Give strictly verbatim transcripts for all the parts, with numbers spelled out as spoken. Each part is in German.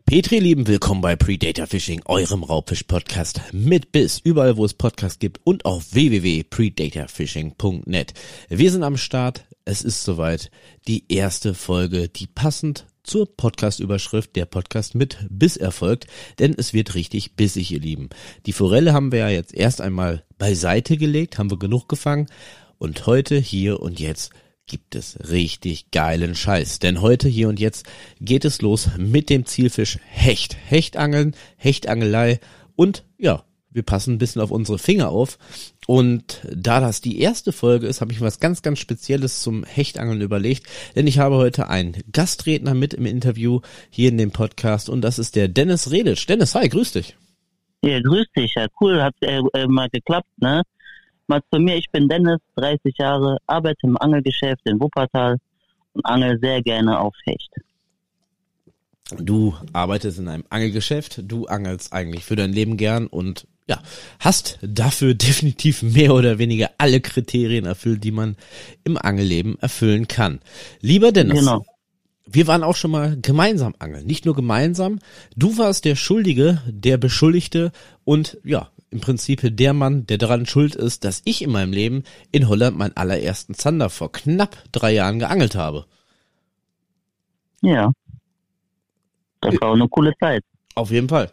Petri, lieben, willkommen bei Predator Fishing, eurem Raubfisch-Podcast mit Biss, überall wo es Podcasts gibt und auf w w w punkt predator fishing punkt net. Wir sind am Start, es ist soweit, die erste Folge, die passend zur Podcast-Überschrift der Podcast mit Biss erfolgt, denn es wird richtig bissig, ihr Lieben. Die Forelle haben wir ja jetzt erst einmal beiseite gelegt, haben wir genug gefangen und heute, hier und jetzt gibt es richtig geilen Scheiß, denn heute, hier und jetzt geht es los mit dem Zielfisch Hecht. Hechtangeln, Hechtangelei und ja, wir passen ein bisschen auf unsere Finger auf und da das die erste Folge ist, habe ich mir was ganz, ganz Spezielles zum Hechtangeln überlegt, denn ich habe heute einen Gastredner mit im Interview hier in dem Podcast und das ist der Dennis Reditsch. Dennis, hi, grüß dich. Ja, grüß dich, ja cool, hat äh, äh, mal geklappt, ne? Mal zu mir, ich bin Dennis, dreißig Jahre, arbeite im Angelgeschäft in Wuppertal und angel sehr gerne auf Hecht. Du arbeitest in einem Angelgeschäft, du angelst eigentlich für dein Leben gern und ja, hast dafür definitiv mehr oder weniger alle Kriterien erfüllt, die man im Angelleben erfüllen kann. Lieber Dennis, Genau. Wir waren auch schon mal gemeinsam angeln, nicht nur gemeinsam, du warst der Schuldige, der Beschuldigte und ja, im Prinzip der Mann, der daran schuld ist, dass ich in meinem Leben in Holland meinen allerersten Zander vor knapp drei Jahren geangelt habe. Ja, das war auch eine coole Zeit. Auf jeden Fall.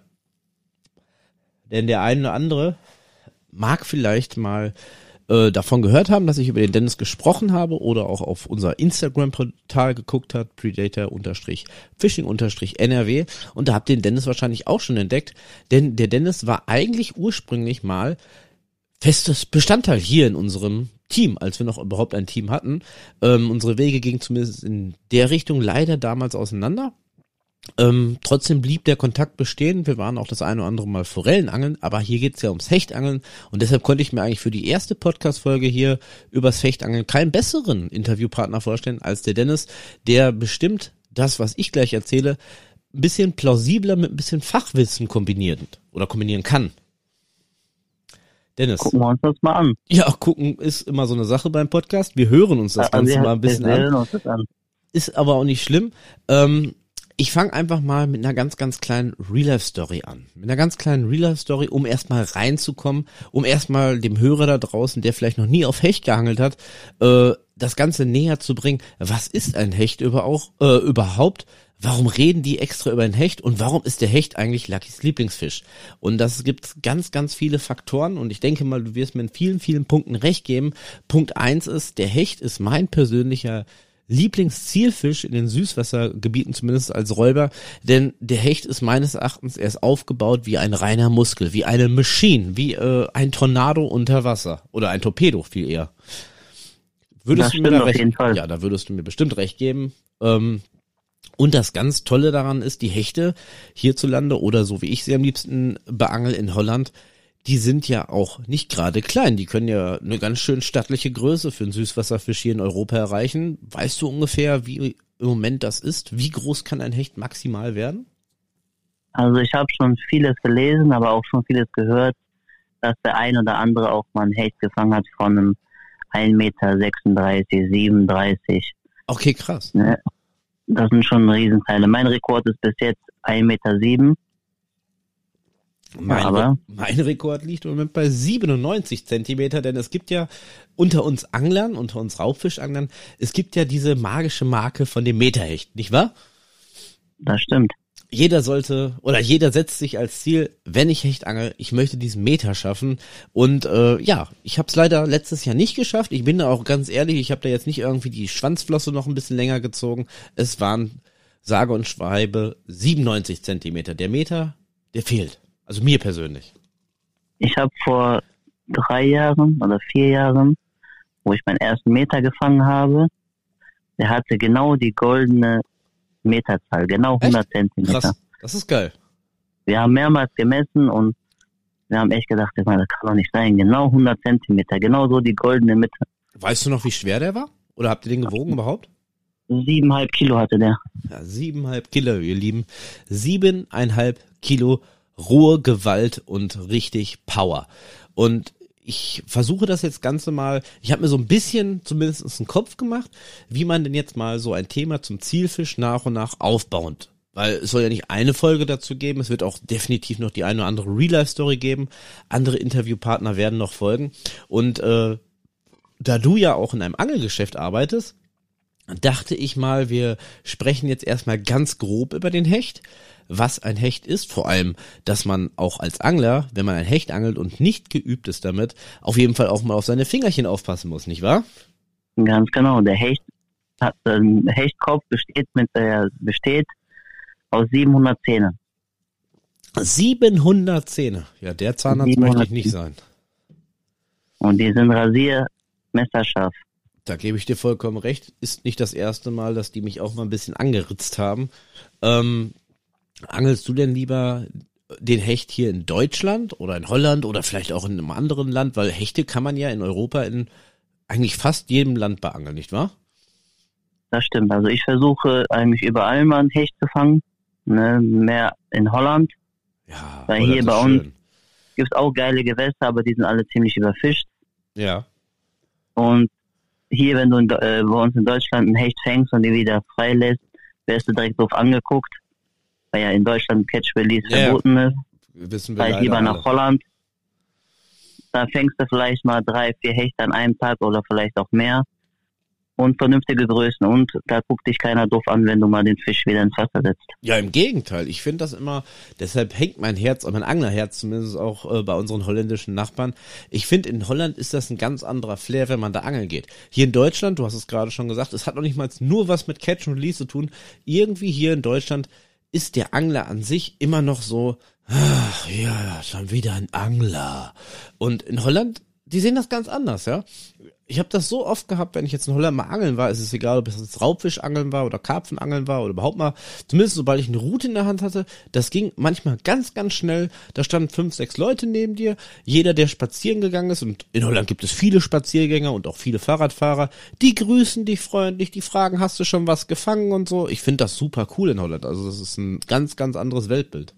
Denn der eine oder andere mag vielleicht mal äh, davon gehört haben, dass ich über den Dennis gesprochen habe oder auch auf unser Instagram-Portal geguckt hat, Predator-Fishing-N R W und da habt ihr den Dennis wahrscheinlich auch schon entdeckt, denn der Dennis war eigentlich ursprünglich mal festes Bestandteil hier in unserem Team, als wir noch überhaupt ein Team hatten. Ähm, unsere Wege gingen zumindest in der Richtung leider damals auseinander. Ähm, trotzdem blieb der Kontakt bestehen. Wir waren auch das eine oder andere Mal Forellenangeln, aber hier geht's ja ums Hechtangeln und deshalb konnte ich mir eigentlich für die erste Podcast-Folge hier übers Hechtangeln keinen besseren Interviewpartner vorstellen als der Dennis, der bestimmt das, was ich gleich erzähle, ein bisschen plausibler mit ein bisschen Fachwissen kombiniert oder kombinieren kann. Dennis. Gucken wir uns das mal an. Ja, gucken ist immer so eine Sache beim Podcast. Wir hören uns das Ja, Ganze wir, mal ein bisschen wir an. hören uns das an. Ist aber auch nicht schlimm. Ähm, Ich fange einfach mal mit einer ganz, ganz kleinen Real-Life-Story an. Mit einer ganz kleinen Real-Life-Story, um erstmal reinzukommen, um erstmal dem Hörer da draußen, der vielleicht noch nie auf Hecht geangelt hat, äh, das Ganze näher zu bringen. Was ist ein Hecht über auch, äh, überhaupt? Warum reden die extra über den Hecht? Und warum ist der Hecht eigentlich Luckys Lieblingsfisch? Und das gibt ganz, ganz viele Faktoren und ich denke mal, du wirst mir in vielen, vielen Punkten recht geben. Punkt eins ist, der Hecht ist mein persönlicher Lieblingszielfisch in den Süßwassergebieten, zumindest als Räuber, denn der Hecht ist meines Erachtens, er ist aufgebaut wie ein reiner Muskel, wie eine Maschine, wie äh, ein Tornado unter Wasser oder ein Torpedo viel eher. Würdest Das du mir stimmt da auf recht? jeden Fall. Ja, da würdest du mir bestimmt recht geben. Ähm, und das ganz Tolle daran ist, die Hechte hierzulande oder so wie ich sie am liebsten beangel in Holland, die sind ja auch nicht gerade klein. Die können ja eine ganz schön stattliche Größe für einen Süßwasserfisch hier in Europa erreichen. Weißt du ungefähr, wie im Moment das ist? Wie groß kann ein Hecht maximal werden? Also ich habe schon vieles gelesen, aber auch schon vieles gehört, dass der ein oder andere auch mal ein Hecht gefangen hat von einem ein Meter sechsunddreißig, siebenunddreißig. Okay, krass. Ne? Das sind schon Riesenteile. Mein Rekord ist bis jetzt ein Meter sieben. Mein, aber mein Rekord liegt im Moment bei siebenundneunzig Zentimeter, denn es gibt ja unter uns Anglern, unter uns Raubfischanglern, es gibt ja diese magische Marke von dem Meterhecht, nicht wahr? Das stimmt. Jeder sollte oder jeder setzt sich als Ziel, wenn ich Hecht angel, ich möchte diesen Meter schaffen und äh, ja, ich habe es leider letztes Jahr nicht geschafft. Ich bin da auch ganz ehrlich, ich habe da jetzt nicht irgendwie die Schwanzflosse noch ein bisschen länger gezogen. Es waren sage und schreibe siebenundneunzig Zentimeter. Der Meter, der fehlt. Also mir persönlich. Ich habe vor drei Jahren oder vier Jahren, wo ich meinen ersten Meter gefangen habe, der hatte genau die goldene Meterzahl, genau hundert Echt? Zentimeter. Krass, das ist geil. Wir haben mehrmals gemessen und wir haben echt gedacht, das kann doch nicht sein, genau hundert Zentimeter, genau so die goldene Mitte. Weißt du noch, wie schwer der war? Oder habt ihr den gewogen überhaupt? Siebeneinhalb Kilo hatte der. Ja, siebeneinhalb Kilo, ihr Lieben. Siebeneinhalb Kilo rohe Gewalt und richtig Power. Und ich versuche das jetzt Ganze mal, ich habe mir so ein bisschen zumindest einen Kopf gemacht, wie man denn jetzt mal so ein Thema zum Zielfisch nach und nach aufbauend Weil es soll ja nicht eine Folge dazu geben, es wird auch definitiv noch die eine oder andere Real-Life-Story geben. Andere Interviewpartner werden noch folgen. Und äh, da du ja auch in einem Angelgeschäft arbeitest, dachte ich mal, wir sprechen jetzt erstmal ganz grob über den Hecht, was ein Hecht ist, vor allem, dass man auch als Angler, wenn man ein Hecht angelt und nicht geübt ist damit, auf jeden Fall auch mal auf seine Fingerchen aufpassen muss, nicht wahr? Ganz genau, der Hecht hat, ähm, Hechtkopf besteht mit der, besteht aus siebenhundert Zähne. siebenhundert Zähne, ja, der Zahnarzt möchte ich nicht sein. Und die sind rasiermesserscharf. Da gebe ich dir vollkommen recht. Ist nicht das erste Mal, dass die mich auch mal ein bisschen angeritzt haben. Ähm, angelst du denn lieber den Hecht hier in Deutschland oder in Holland oder vielleicht auch in einem anderen Land? Weil Hechte kann man ja in Europa in eigentlich fast jedem Land beangeln, nicht wahr? Das stimmt. Also ich versuche eigentlich überall mal einen Hecht zu fangen. Ne? Mehr in Holland. Ja, weil hier bei uns gibt es auch geile Gewässer, aber die sind alle ziemlich überfischt. Ja. Und hier, wenn du in, äh, bei uns in Deutschland einen Hecht fängst und den wieder freilässt, wirst du direkt drauf angeguckt, weil ja in Deutschland Catch Release ja, verboten ist. Wissen wir leider lieber alle. Nach Holland. Da fängst du vielleicht mal drei, vier Hechte an einem Tag oder vielleicht auch mehr. Und vernünftige Größen. Und da guckt dich keiner doof an, wenn du mal den Fisch wieder ins Wasser setzt. Ja, im Gegenteil. Ich finde das immer, deshalb hängt mein Herz, mein Anglerherz zumindest auch äh, bei unseren holländischen Nachbarn. Ich finde, in Holland ist das ein ganz anderer Flair, wenn man da angeln geht. Hier in Deutschland, du hast es gerade schon gesagt, es hat noch nicht mal nur was mit Catch and Release zu tun. Irgendwie hier in Deutschland ist der Angler an sich immer noch so, ach ja, schon wieder ein Angler. Und in Holland, die sehen das ganz anders, ja. Ich habe das so oft gehabt, wenn ich jetzt in Holland mal angeln war, ist es egal, ob es jetzt Raubfischangeln war oder Karpfenangeln war oder überhaupt mal, zumindest sobald ich eine Route in der Hand hatte, das ging manchmal ganz, ganz schnell, da standen fünf, sechs Leute neben dir, jeder, der spazieren gegangen ist, und in Holland gibt es viele Spaziergänger und auch viele Fahrradfahrer, die grüßen dich freundlich, die fragen, hast du schon was gefangen und so. Ich finde das super cool in Holland, also das ist ein ganz, ganz anderes Weltbild.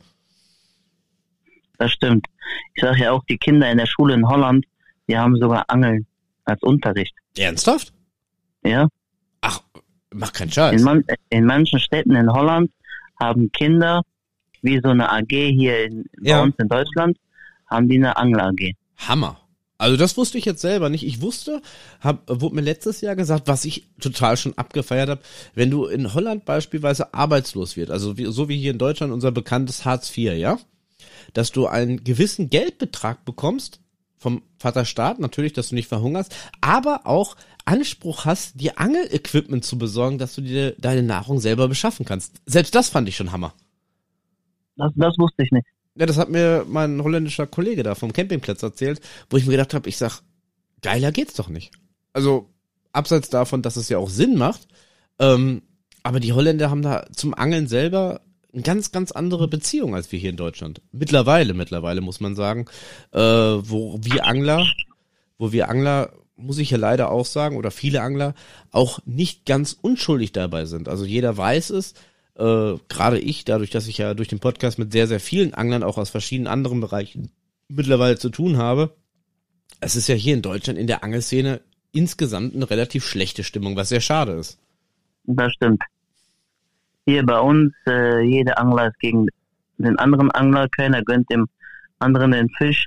Das stimmt. Ich sage ja auch, die Kinder in der Schule in Holland, die haben sogar Angeln als Unterricht. Ernsthaft? Ja. Ach, mach keinen Scheiß. In, man, in manchen Städten in Holland haben Kinder, wie so eine A G hier in, ja. bei uns in Deutschland, haben die eine Angler-A G. Hammer. Also das wusste ich jetzt selber nicht. Ich wusste, hab, wurde mir letztes Jahr gesagt, was ich total schon abgefeiert habe, wenn du in Holland beispielsweise arbeitslos wird, also wie, so wie hier in Deutschland unser bekanntes Hartz vier, ja, dass du einen gewissen Geldbetrag bekommst, vom Vaterstaat, natürlich, dass du nicht verhungerst, aber auch Anspruch hast, dir Angelequipment zu besorgen, dass du dir deine Nahrung selber beschaffen kannst. Selbst das fand ich schon Hammer. Das, das wusste ich nicht. Ja, das hat mir mein holländischer Kollege da vom Campingplatz erzählt, wo ich mir gedacht habe, ich sag, geiler geht's doch nicht. Also, abseits davon, dass es ja auch Sinn macht, ähm, aber die Holländer haben da zum Angeln selber eine ganz, ganz andere Beziehung als wir hier in Deutschland. Mittlerweile, mittlerweile muss man sagen, äh, wo wir Angler, wo wir Angler, muss ich ja leider auch sagen, oder viele Angler, auch nicht ganz unschuldig dabei sind. Also jeder weiß es, äh, gerade ich, dadurch, dass ich ja durch den Podcast mit sehr, sehr vielen Anglern auch aus verschiedenen anderen Bereichen mittlerweile zu tun habe. Es ist ja hier in Deutschland in der Angelszene insgesamt eine relativ schlechte Stimmung, was sehr schade ist. Das stimmt. Hier bei uns, äh, jeder Angler ist gegen den anderen Angler, keiner gönnt dem anderen den Fisch.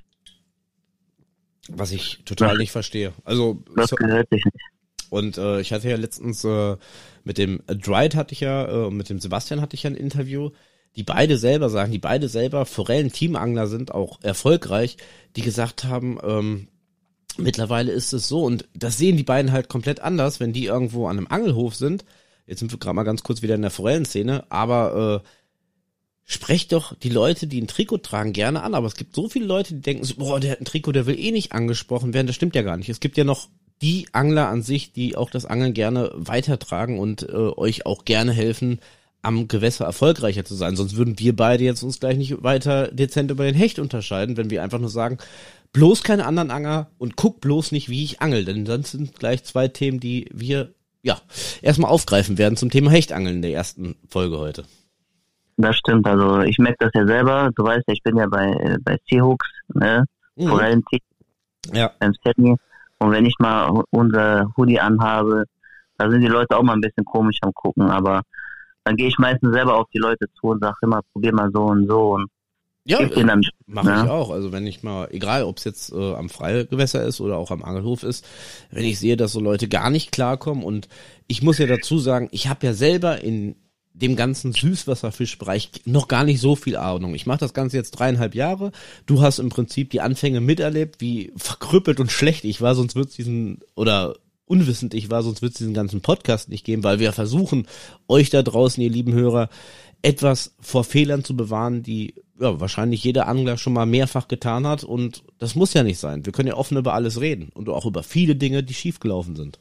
Was ich total das, nicht verstehe. Also das so, gehört sich nicht. Und äh, ich hatte ja letztens äh, mit dem Dried hatte ich ja, äh, mit dem Sebastian hatte ich ja ein Interview, die beide selber sagen, die beide selber Forellen-Teamangler sind, auch erfolgreich, die gesagt haben, ähm, mittlerweile ist es so, und das sehen die beiden halt komplett anders, wenn die irgendwo an einem Angelhof sind. Jetzt sind wir gerade mal ganz kurz wieder in der Forellenszene, aber äh, sprecht doch die Leute, die ein Trikot tragen, gerne an. Aber es gibt so viele Leute, die denken so, boah, der hat ein Trikot, der will eh nicht angesprochen werden. Das stimmt ja gar nicht. Es gibt ja noch die Angler an sich, die auch das Angeln gerne weitertragen und äh, euch auch gerne helfen, am Gewässer erfolgreicher zu sein. Sonst würden wir beide jetzt uns gleich nicht weiter dezent über den Hecht unterscheiden, wenn wir einfach nur sagen, bloß keine anderen Angler und guck bloß nicht, wie ich angel. Denn sonst sind gleich zwei Themen, die wir ja erstmal aufgreifen werden zum Thema Hechtangeln in der ersten Folge heute. Das stimmt, also ich merke das ja selber. Du weißt ja, ich bin ja bei bei Seahooks, ne, mhm. Forellenteam, ja. beim Sydney. Und wenn ich mal unser Hoodie anhabe, da sind die Leute auch mal ein bisschen komisch am gucken, aber dann gehe ich meistens selber auf die Leute zu und sage immer, probier mal so und so und Ja, gib denen dann, mache ne? ich auch. Also wenn ich mal, egal ob es jetzt äh, am Freigewässer ist oder auch am Angelhof ist, wenn ich sehe, dass so Leute gar nicht klarkommen, und ich muss ja dazu sagen, ich habe ja selber in dem ganzen Süßwasserfischbereich noch gar nicht so viel Ahnung. Ich mache das Ganze jetzt dreieinhalb Jahre. Du hast im Prinzip die Anfänge miterlebt, wie verkrüppelt und schlecht ich war, sonst wird's diesen, oder unwissend ich war, sonst wird's diesen ganzen Podcast nicht geben, weil wir versuchen, euch da draußen, ihr lieben Hörer, etwas vor Fehlern zu bewahren, die ja wahrscheinlich jeder Angler schon mal mehrfach getan hat, und das muss ja nicht sein. Wir können ja offen über alles reden und auch über viele Dinge, die schiefgelaufen sind.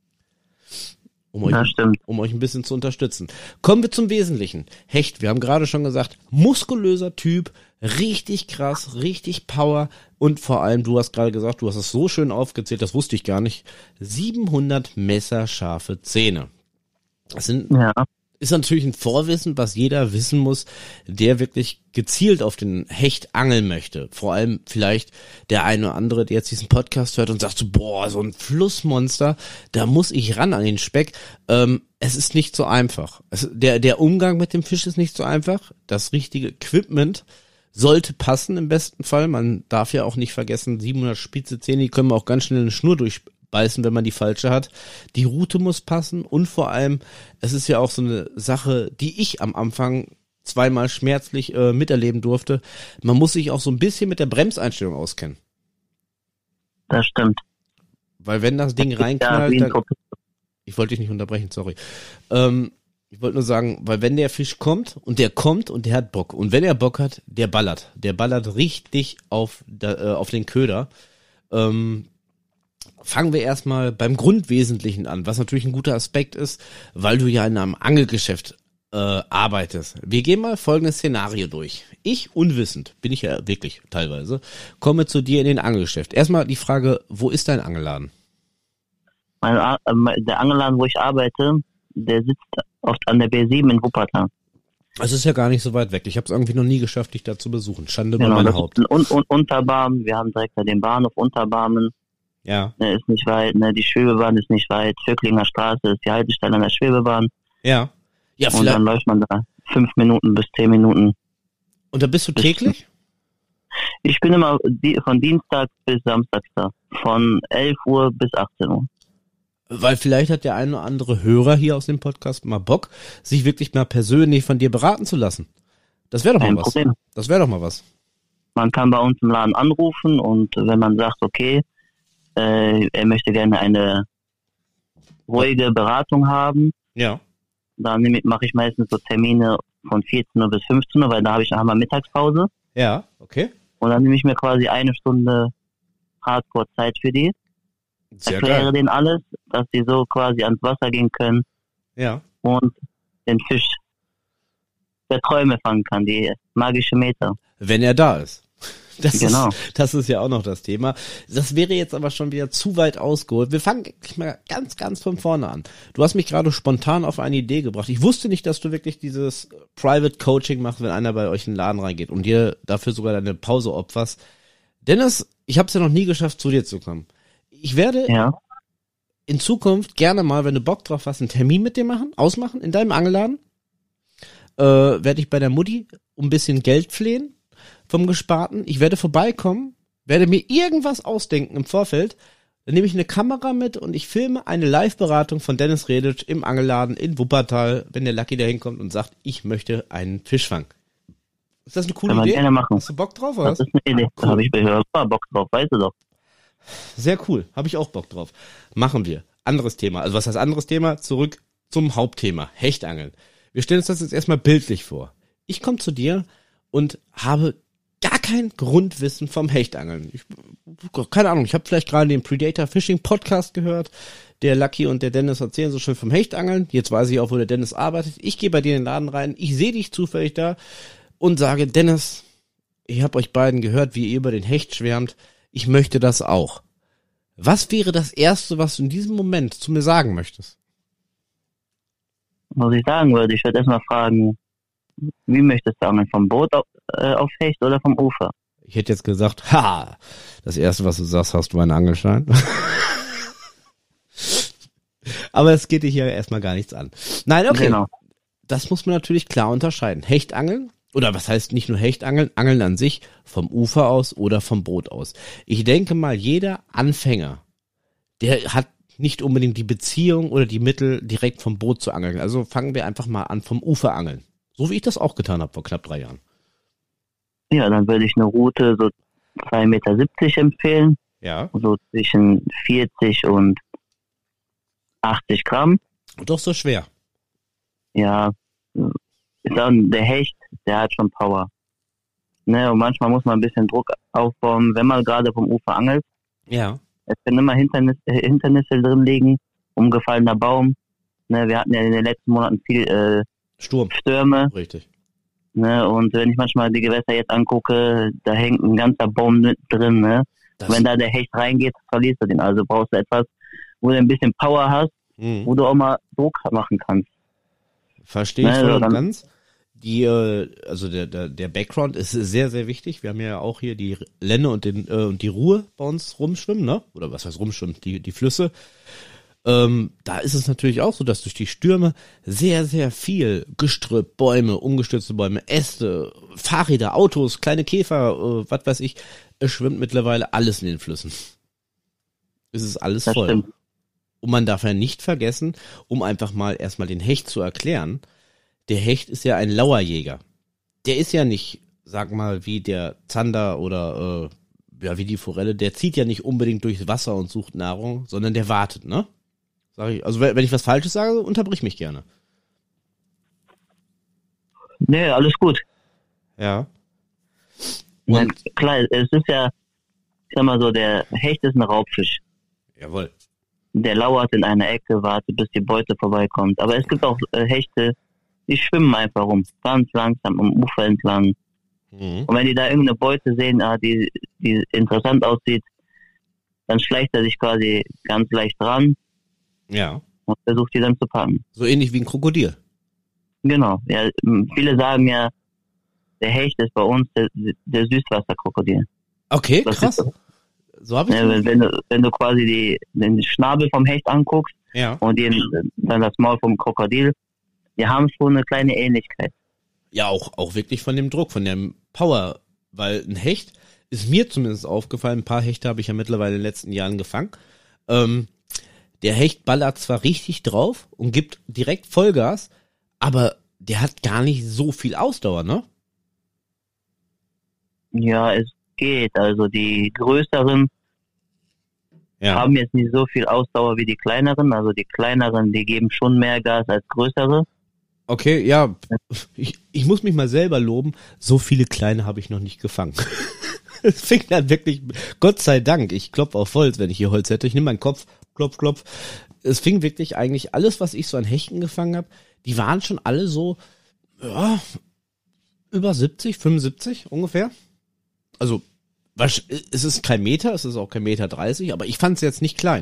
Um euch, Ja, stimmt. um euch ein bisschen zu unterstützen. Kommen wir zum Wesentlichen. Hecht, wir haben gerade schon gesagt, muskulöser Typ, richtig krass, richtig Power, und vor allem, du hast gerade gesagt, du hast es so schön aufgezählt, das wusste ich gar nicht, siebenhundert messerscharfe Zähne. Das sind, Ja, ist natürlich ein Vorwissen, was jeder wissen muss, der wirklich gezielt auf den Hecht angeln möchte. Vor allem vielleicht der eine oder andere, der jetzt diesen Podcast hört und sagt so, boah, so ein Flussmonster, da muss ich ran an den Speck. Ähm, es ist nicht so einfach. Es, der, der Umgang mit dem Fisch ist nicht so einfach. Das richtige Equipment sollte passen im besten Fall. Man darf ja auch nicht vergessen, siebenhundert spitze Zähne, die können auch ganz schnell eine Schnur durchbeißen, wenn man die falsche hat. Die Route muss passen, und vor allem, es ist ja auch so eine Sache, die ich am Anfang zweimal schmerzlich äh, miterleben durfte. Man muss sich auch so ein bisschen mit der Bremseinstellung auskennen. das stimmt. Weil wenn das Ding Ja, wie reinknallt, ein dann, Torpedo. ich wollte dich nicht unterbrechen, sorry. Ähm, ich wollte nur sagen, weil wenn der Fisch kommt, und der kommt und der hat Bock, und wenn er Bock hat, der ballert. Der ballert richtig auf, der, äh, auf den Köder. Ähm, fangen wir erstmal beim Grundwesentlichen an, was natürlich ein guter Aspekt ist, weil du ja in einem Angelgeschäft äh, arbeitest. Wir gehen mal folgendes Szenario durch. Ich, unwissend, bin ich ja wirklich teilweise, komme zu dir in den Angelgeschäft. Erstmal die Frage, wo ist dein Angelladen? Mein, A- äh, mein- der Angelladen, wo ich arbeite, der sitzt oft an der B sieben in Wuppertal. Es ist ja gar nicht so weit weg. Ich habe es irgendwie noch nie geschafft, dich da zu besuchen. Schande über Genau, mein das Haupt. ist ein Un Un Unterbarmen. Wir haben direkt den Bahnhof Unterbarmen. Ja, Ne, ist nicht weit. Ne, die Schwebebahn ist nicht weit. Vöcklinger Straße ist die Haltestelle an der Schwebebahn. ja. Ja, Und vielleicht. dann läuft man da fünf Minuten bis zehn Minuten. Und da bist du täglich? Ich bin immer die, von Dienstag bis Samstag da. Von elf Uhr bis achtzehn Uhr. Weil vielleicht hat der eine oder andere Hörer hier aus dem Podcast mal Bock, sich wirklich mal persönlich von dir beraten zu lassen. Das wäre doch mal Kein was. Problem. Das wäre doch mal was. Man kann bei uns im Laden anrufen, und wenn man sagt, okay, äh, er möchte gerne eine ruhige Beratung haben, Ja. dann nehme ich- mache ich meistens so Termine von vierzehn Uhr bis fünfzehn Uhr, weil da habe ich haben wir Mittagspause, Ja, okay. und dann nehme ich mir quasi eine Stunde Hardcore-Zeit für die, Sehr erkläre geil. denen alles, dass die so quasi ans Wasser gehen können Ja. und den Fisch der Träume fangen kann, die magische Meter. Wenn er da ist. Das Genau. ist, das ist ja auch noch das Thema. Das wäre jetzt aber schon wieder zu weit ausgeholt. Wir fangen gleich mal ganz, ganz von vorne an. Du hast mich gerade spontan auf eine Idee gebracht. Ich wusste nicht, dass du wirklich dieses Private Coaching machst, wenn einer bei euch in den Laden reingeht und dir dafür sogar deine Pause opferst. Dennis, ich habe es ja noch nie geschafft, zu dir zu kommen. Ich werde Ja, in Zukunft gerne mal, wenn du Bock drauf hast, einen Termin mit dir machen, ausmachen in deinem Angelladen. Äh, werde ich bei der Mutti um ein bisschen Geld flehen vom Gesparten. Ich werde vorbeikommen, werde mir irgendwas ausdenken im Vorfeld. Dann nehme ich eine Kamera mit und ich filme eine Live-Beratung von Dennis Reditsch im Angelladen in Wuppertal, wenn der Lucky da hinkommt und sagt, ich möchte einen Fischfang. Ist das eine coole kann man Idee? gerne machen. Hast du Bock drauf, oder Das was? ist eine Idee. Da Cool. habe ich gehört. Ah, Bock drauf, weißt du doch. Sehr cool. Habe ich auch Bock drauf. Machen wir. Anderes Thema. Also was heißt anderes Thema? Zurück zum Hauptthema. Hechtangeln. Wir stellen uns das jetzt erstmal bildlich vor. Ich komme zu dir und habe gar kein Grundwissen vom Hechtangeln. Ich, keine Ahnung, ich habe vielleicht gerade den Predator Fishing Podcast gehört. Der Lucky und der Dennis erzählen so schön vom Hechtangeln. Jetzt weiß ich auch, wo der Dennis arbeitet. Ich gehe bei dir in den Laden rein. Ich sehe dich zufällig da und sage, Dennis, ich habe euch beiden gehört, wie ihr über den Hecht schwärmt. Ich möchte das auch. Was wäre das Erste, was du in diesem Moment zu mir sagen möchtest? Was ich sagen würde, ich würde erstmal fragen, wie möchtest du angeln? Vom Boot auf, äh, auf Hecht oder vom Ufer? Ich hätte jetzt gesagt, ha, das Erste, was du sagst, hast du einen Angelschein. Aber es geht dich ja erstmal gar nichts an. Nein, okay. Genau. das muss man natürlich klar unterscheiden. Hechtangeln, oder was heißt nicht nur Hechtangeln, Angeln an sich vom Ufer aus oder vom Boot aus. Ich denke mal, jeder Anfänger, der hat nicht unbedingt die Beziehung oder die Mittel, direkt vom Boot zu angeln. Also fangen wir einfach mal an vom Ufer angeln. So wie ich das auch getan habe vor knapp drei Jahren. Ja, dann würde ich eine Route so zwei Meter siebzig empfehlen. Ja. So zwischen vierzig und achtzig Gramm. Doch so schwer. Ja, ist dann der Hecht, der hat schon Power. Ne, und manchmal muss man ein bisschen Druck aufbauen, wenn man gerade vom Ufer angelt. Ja. Es können immer Hindernis, äh, Hindernisse drin liegen, umgefallener Baum. Ne, wir hatten ja in den letzten Monaten viel äh, Sturm. Stürme. Richtig. Ne, und wenn ich manchmal die Gewässer jetzt angucke, da hängt ein ganzer Baum mit drin. Ne? Wenn da der Hecht reingeht, verlierst du den. Also brauchst du etwas, wo du ein bisschen Power hast, mhm. wo du auch mal Druck machen kannst. Verstehe ich voll und ganz. Die, äh, also der, der, der Background ist sehr, sehr wichtig. Wir haben ja auch hier die Lenne und den äh, und die Ruhr bei uns rumschwimmen, ne? Oder was heißt rumschwimmen? Die, die Flüsse. Ähm, da ist es natürlich auch so, dass durch die Stürme sehr, sehr viel Gestrüpp, Bäume, umgestürzte Bäume, Äste, Fahrräder, Autos, kleine Käfer, äh, was weiß ich, es schwimmt mittlerweile alles in den Flüssen. Es ist alles das voll. Stimmt. Und man darf ja nicht vergessen, um einfach mal erstmal den Hecht zu erklären, der Hecht ist ja ein Lauerjäger. Der ist ja nicht, sag mal, wie der Zander oder äh, ja wie die Forelle, der zieht ja nicht unbedingt durchs Wasser und sucht Nahrung, sondern der wartet, ne? Sag ich, also wenn ich was Falsches sage, unterbrich mich gerne. Nee, alles gut. Ja. Ja, klar, es ist ja, ich sag mal so, der Hecht ist ein Raubfisch. Jawohl. Der lauert in einer Ecke, wartet, bis die Beute vorbeikommt. Aber es gibt auch äh, Hechte, die schwimmen einfach rum, ganz langsam am Ufer entlang. Mhm. Und wenn die da irgendeine Beute sehen, ah, die, die interessant aussieht, dann schleicht er sich quasi ganz leicht ran. Ja. Und versucht die dann zu packen. So ähnlich wie ein Krokodil. Genau. Ja, viele sagen ja, der Hecht ist bei uns der, der Süßwasserkrokodil. Okay, das krass. Ist, so habe ich ja, wenn, wenn, du, wenn du quasi die, den Schnabel vom Hecht anguckst, ja, und die, dann das Maul vom Krokodil, die haben schon eine kleine Ähnlichkeit. Ja, auch, auch wirklich von dem Druck, von dem Power, weil ein Hecht ist mir zumindest aufgefallen, ein paar Hechte habe ich ja mittlerweile in den letzten Jahren gefangen. Ähm, der Hecht ballert zwar richtig drauf und gibt direkt Vollgas, aber der hat gar nicht so viel Ausdauer, ne? Ja, es geht. Also die größeren ja. haben jetzt nicht so viel Ausdauer wie die kleineren. Also die kleineren, die geben schon mehr Gas als größere. Okay, ja, ich, ich muss mich mal selber loben, so viele kleine habe ich noch nicht gefangen. Es fing dann wirklich, Gott sei Dank, ich klopfe auf Holz, wenn ich hier Holz hätte, ich nehme meinen Kopf, klopf, klopf. Es fing wirklich eigentlich, alles, was ich so an Hechten gefangen habe, die waren schon alle so, ja, über siebzig, fünfundsiebzig ungefähr. Also, was, es ist kein Meter, es ist auch kein Meter dreißig, aber ich fand es jetzt nicht klein.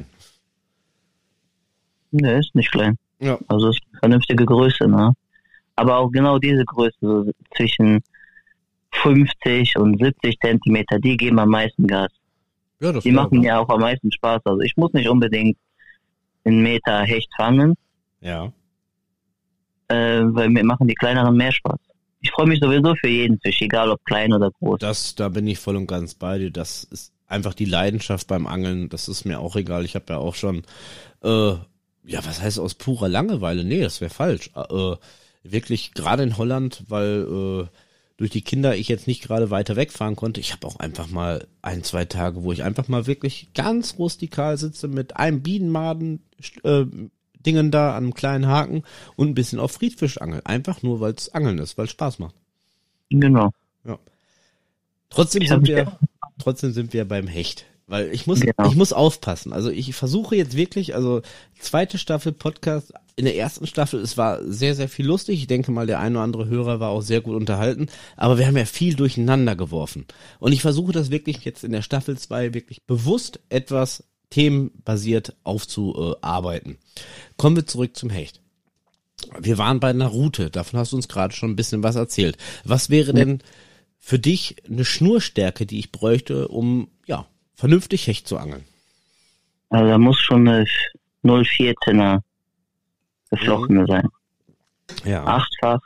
Ne, ist nicht klein. Ja. Also ist eine vernünftige Größe, ne? Aber auch genau diese Größe, so zwischen fünfzig und siebzig Zentimeter, die geben am meisten Gas. Ja, das die machen ja auch am meisten Spaß. Also ich muss nicht unbedingt einen Meter Hecht fangen. Ja. Äh, weil mir machen die kleineren mehr Spaß. Ich freue mich sowieso für jeden Fisch, egal ob klein oder groß. Das, da bin ich voll und ganz bei dir. Das ist einfach die Leidenschaft beim Angeln. Das ist mir auch egal. Ich habe ja auch schon, äh, ja, was heißt aus purer Langeweile? Nee, das wäre falsch. Äh, wirklich gerade in Holland, weil äh, durch die Kinder ich jetzt nicht gerade weiter wegfahren konnte. Ich habe auch einfach mal ein, zwei Tage, wo ich einfach mal wirklich ganz rustikal sitze mit einem Bienenmaden, äh, Dingen da an einem kleinen Haken und ein bisschen auf Friedfisch angeln. Einfach nur, weil es Angeln ist, weil es Spaß macht. Genau. Ja. Trotzdem sind wir, trotzdem sind wir beim Hecht. Weil ich muss, genau. ich muss aufpassen. Also ich versuche jetzt wirklich, also zweite Staffel Podcast, in der ersten Staffel, es war sehr, sehr viel lustig. Ich denke mal, der ein oder andere Hörer war auch sehr gut unterhalten. Aber wir haben ja viel durcheinander geworfen. Und ich versuche das wirklich jetzt in der Staffel zwei wirklich bewusst etwas themenbasiert aufzuarbeiten. Kommen wir zurück zum Hecht. Wir waren bei einer Route. Davon hast du uns gerade schon ein bisschen was erzählt. Was wäre denn für dich eine Schnurstärke, die ich bräuchte, um, ja, vernünftig Hecht zu angeln? Also da muss schon eine null vierzehner geflochtene mhm. sein. Ja. Achtfach.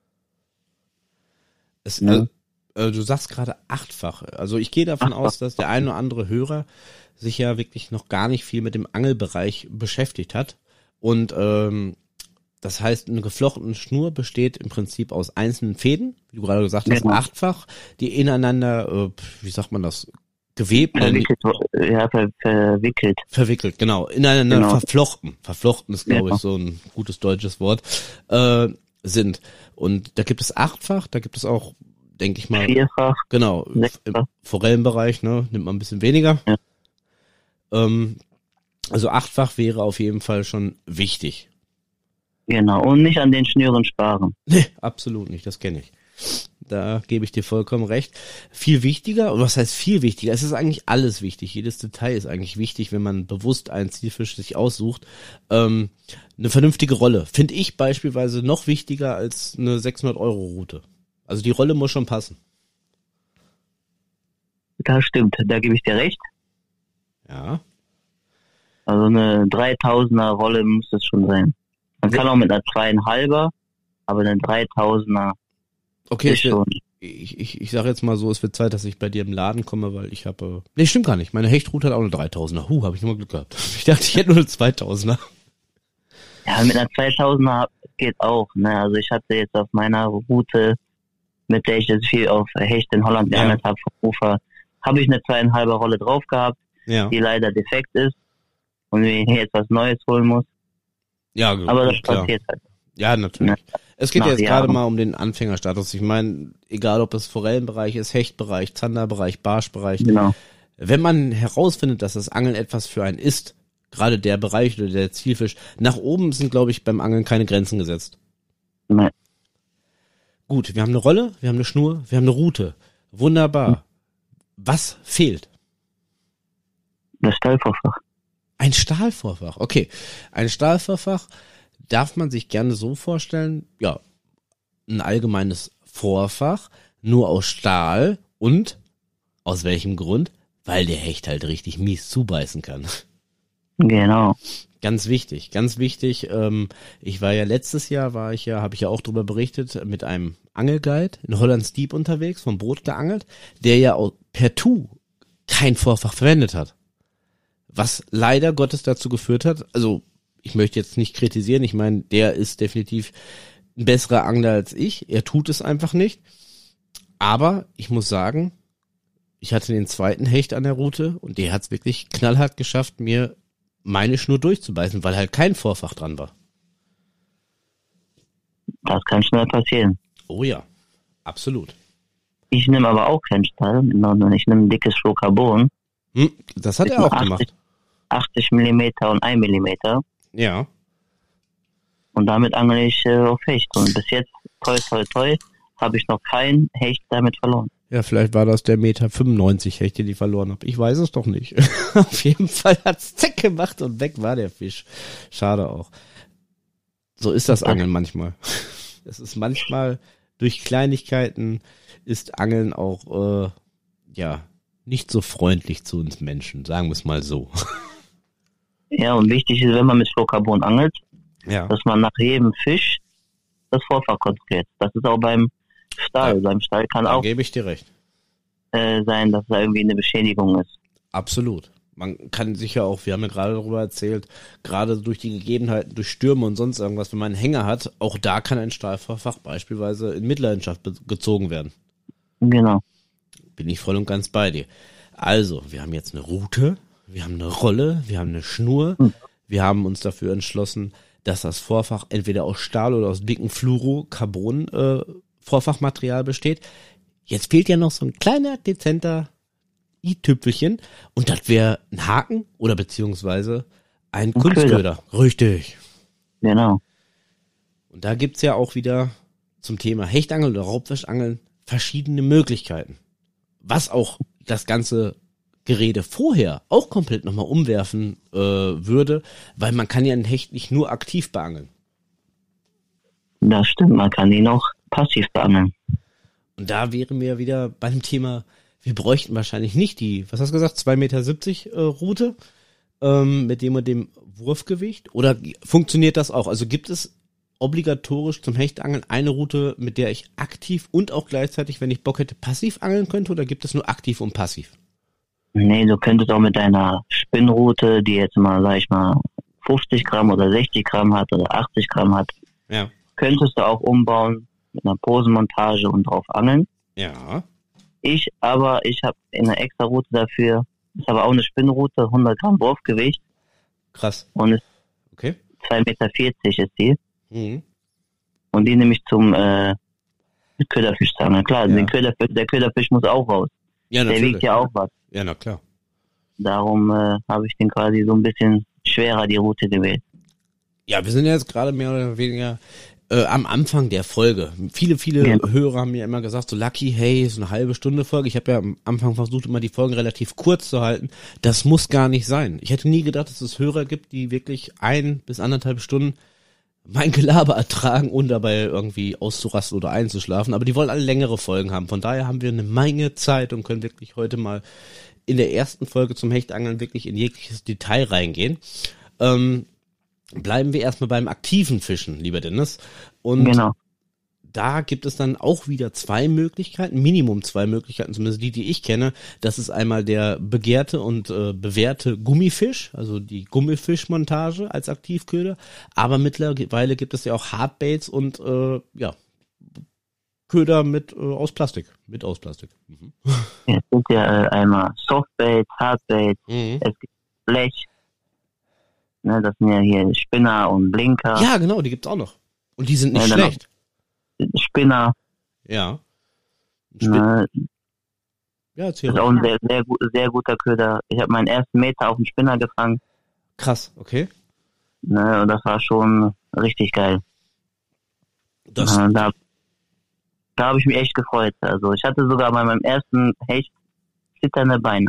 Es, Ja. äh, du sagst gerade achtfach. Also ich gehe davon Achtfach. aus, dass der ein oder andere Hörer sich ja wirklich noch gar nicht viel mit dem Angelbereich beschäftigt hat. Und ähm, das heißt, eine geflochtene Schnur besteht im Prinzip aus einzelnen Fäden, wie du gerade gesagt hast, Genau. achtfach, die ineinander, äh, wie sagt man das, gewebt, äh, Verwickelt, ja, ver, verwickelt. verwickelt, genau, ineinander Genau. verflochten. Verflochten ist, glaube Genau. ich, so ein gutes deutsches Wort, äh, sind. Und da gibt es achtfach, da gibt es auch, denke ich mal, Vierfach. genau, Sechsfach. im Forellenbereich, ne, nimmt man ein bisschen weniger. Ja. Ähm, also achtfach wäre auf jeden Fall schon wichtig. Genau. Und nicht an den Schnüren sparen. Nee, absolut nicht, das kenne ich. Da gebe ich dir vollkommen recht. Viel wichtiger, oder was heißt viel wichtiger? Es ist eigentlich alles wichtig. Jedes Detail ist eigentlich wichtig, wenn man bewusst einen Zielfisch sich aussucht. Ähm, eine vernünftige Rolle finde ich beispielsweise noch wichtiger als eine sechshundert Euro Route. Also die Rolle muss schon passen. Das stimmt. Da gebe ich dir recht. Ja. Also eine dreitausender Rolle muss es schon sein. Man kann auch mit einer zweieinhalber, aber eine dreitausender Okay, ist es wird, schon. ich, ich, ich sage jetzt mal so, es wird Zeit, dass ich bei dir im Laden komme, weil ich habe... Äh, nee, stimmt gar nicht. Meine Hechtroute hat auch eine dreitausender. Huh, habe ich nochmal Glück gehabt. Ich dachte, ich hätte nur eine zweitausender. Ja, mit einer zweitausender geht auch. Ne? Also ich hatte jetzt auf meiner Route, mit der ich jetzt viel auf Hecht in Holland Ja. geangelt habe, vom Ufer, habe ich eine zweieinhalber Rolle drauf gehabt, Ja. die leider defekt ist und mir jetzt was Neues holen muss. Ja, Aber das klar. passiert halt. Ja, natürlich. Es geht Nach jetzt Jahren. gerade mal um den Anfängerstatus. Ich meine, egal ob es Forellenbereich ist, Hechtbereich, Zanderbereich, Barschbereich. Genau. Wenn man herausfindet, dass das Angeln etwas für einen ist, gerade der Bereich oder der Zielfisch, nach oben sind, glaube ich, beim Angeln keine Grenzen gesetzt. Ne. Gut, wir haben eine Rolle, wir haben eine Schnur, wir haben eine Route. Wunderbar. Was fehlt? Das Stallvorfach. Ein Stahlvorfach. Okay, ein Stahlvorfach darf man sich gerne so vorstellen, ja, ein allgemeines Vorfach, nur aus Stahl und aus welchem Grund? Weil der Hecht halt richtig mies zubeißen kann. Genau. Ganz wichtig, ganz wichtig. Ähm, ich war ja letztes Jahr, war ich ja, habe ich ja auch drüber berichtet, mit einem Angelguide in Hollands Diep unterwegs, vom Boot geangelt, der ja auch partout kein Vorfach verwendet hat. Was leider Gottes dazu geführt hat, also ich möchte jetzt nicht kritisieren, ich meine, der ist definitiv ein besserer Angler als ich, er tut es einfach nicht. Aber ich muss sagen, ich hatte den zweiten Hecht an der Route und der hat es wirklich knallhart geschafft, mir meine Schnur durchzubeißen, weil halt kein Vorfach dran war. Das kann schnell passieren. Oh ja, absolut. Ich nehme aber auch keinen Stall, sondern ich nehme ein dickes Fluorcarbon. Hm, das hat Mit er auch achtzig gemacht. achtzig Millimeter und ein Millimeter. Ja. Und damit angle ich äh, auf Hecht. Und bis jetzt, toi, toi, toi, habe ich noch keinen Hecht damit verloren. Ja, vielleicht war das der Meter fünfundneunzig Hecht, den ich verloren habe. Ich weiß es doch nicht. Auf jeden Fall hat's zack gemacht und weg war der Fisch. Schade auch. So ist das Angeln manchmal. Es ist manchmal durch Kleinigkeiten ist Angeln auch, äh, ja, nicht so freundlich zu uns Menschen, sagen wir es mal so. Ja, und wichtig ist, wenn man mit Fluorcarbon angelt, Ja. dass man nach jedem Fisch das Vorfach kontrolliert. Das ist auch beim Stahl. Ja. Beim Stahl kann Da auch gebe ich dir recht. äh, sein, dass da irgendwie eine Beschädigung ist. Absolut. Man kann sicher auch, wir haben ja gerade darüber erzählt, gerade durch die Gegebenheiten, durch Stürme und sonst irgendwas, wenn man einen Hänger hat, auch da kann ein Stahlvorfach beispielsweise in Mitleidenschaft be- gezogen werden. Genau. Bin ich voll und ganz bei dir. Also, wir haben jetzt eine Route, wir haben eine Rolle, wir haben eine Schnur, Hm. wir haben uns dafür entschlossen, dass das Vorfach entweder aus Stahl oder aus dicken Fluorocarbon äh, Vorfachmaterial besteht. Jetzt fehlt ja noch so ein kleiner, dezenter i-Tüpfelchen und das wäre ein Haken oder beziehungsweise ein, Ein Kunstköder. Richtig. Genau. Und da gibt's ja auch wieder zum Thema Hechtangeln oder Raubfischangeln verschiedene Möglichkeiten. Was auch das ganze Gerede vorher auch komplett nochmal umwerfen äh, würde, weil man kann ja einen Hecht nicht nur aktiv beangeln. Das stimmt. Man kann ihn auch passiv beangeln. Und da wären wir wieder bei dem Thema, wir bräuchten wahrscheinlich nicht die, was hast du gesagt, zwei Meter siebzig äh, Route ähm, mit dem und dem Wurfgewicht. Oder funktioniert das auch? Also gibt es obligatorisch zum Hechtangeln eine Route, mit der ich aktiv und auch gleichzeitig, wenn ich Bock hätte, passiv angeln könnte, oder gibt es nur aktiv und passiv? Nee, du könntest auch mit deiner Spinnroute, die jetzt mal, sag ich mal, fünfzig Gramm oder sechzig Gramm hat oder achtzig Gramm hat, ja. könntest du auch umbauen mit einer Posenmontage und drauf angeln. Ja. Ich aber, ich habe eine extra Route dafür, ist aber auch eine Spinnroute, hundert Gramm Wurfgewicht. Krass. Und ist okay. zwei Meter vierzig ist die. Mhm. Und die nehme ich zum äh, Köderfisch zu angeln. Klar, Ja. den Köderfisch, der Köderfisch muss auch raus. Ja, natürlich. Der wiegt ja auch was. Ja, na klar. Darum äh, habe ich den quasi so ein bisschen schwerer die Route gewählt. Ja, wir sind ja jetzt gerade mehr oder weniger äh, am Anfang der Folge. Viele, viele Ja. Hörer haben mir immer gesagt, so Lucky, hey, so eine halbe Stunde Folge. Ich habe ja am Anfang versucht, immer die Folgen relativ kurz zu halten. Das muss gar nicht sein. Ich hätte nie gedacht, dass es Hörer gibt, die wirklich ein bis anderthalb Stunden mein Gelaber ertragen, ohne dabei irgendwie auszurasten oder einzuschlafen. Aber die wollen alle längere Folgen haben. Von daher haben wir eine Menge Zeit und können wirklich heute mal in der ersten Folge zum Hechtangeln wirklich in jegliches Detail reingehen. Ähm, bleiben wir erstmal beim aktiven Fischen, lieber Dennis. Und Genau. da gibt es dann auch wieder zwei Möglichkeiten, Minimum zwei Möglichkeiten, zumindest die, die ich kenne. Das ist einmal der begehrte und äh, bewährte Gummifisch, also die Gummifischmontage als Aktivköder. Aber mittlerweile gibt es ja auch Hardbaits und äh, ja Köder mit äh, aus Plastik, mit aus Plastik. Mhm. Es sind ja äh, einmal Softbait, Hardbait, Mhm. es gibt Blech. Ne, das sind ja hier Spinner und Blinker. Ja, genau, die gibt's auch noch. Und die sind nicht Ja, genau. schlecht. Spinner. Ja. Spin- Ne, ja, erzähl das ist mal. auch ein sehr, sehr, gut, sehr guter Köder. Ich habe meinen ersten Meter auf den Spinner gefangen. Krass, okay. Ne, und das war schon richtig geil. Das, Äh, da da habe ich mich echt gefreut. Also ich hatte sogar bei meinem ersten Hecht zitternde Beine.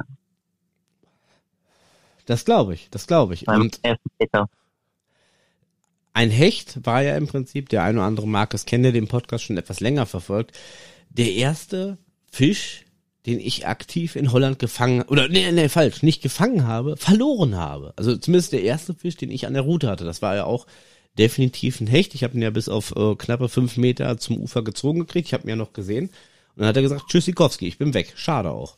das glaube ich, das glaube ich. Beim Und ersten Meter. ein Hecht war ja im Prinzip, der eine oder andere mag es kennen, der den Podcast schon etwas länger verfolgt, der erste Fisch, den ich aktiv in Holland gefangen, oder nee, nee, falsch, nicht gefangen habe, verloren habe. Also zumindest der erste Fisch, den ich an der Route hatte. Das war ja auch definitiv ein Hecht. Ich habe ihn ja bis auf äh, knappe fünf Meter zum Ufer gezogen gekriegt. Ich habe ihn ja noch gesehen. Und dann hat er gesagt, Tschüssikowski, ich bin weg. Schade auch.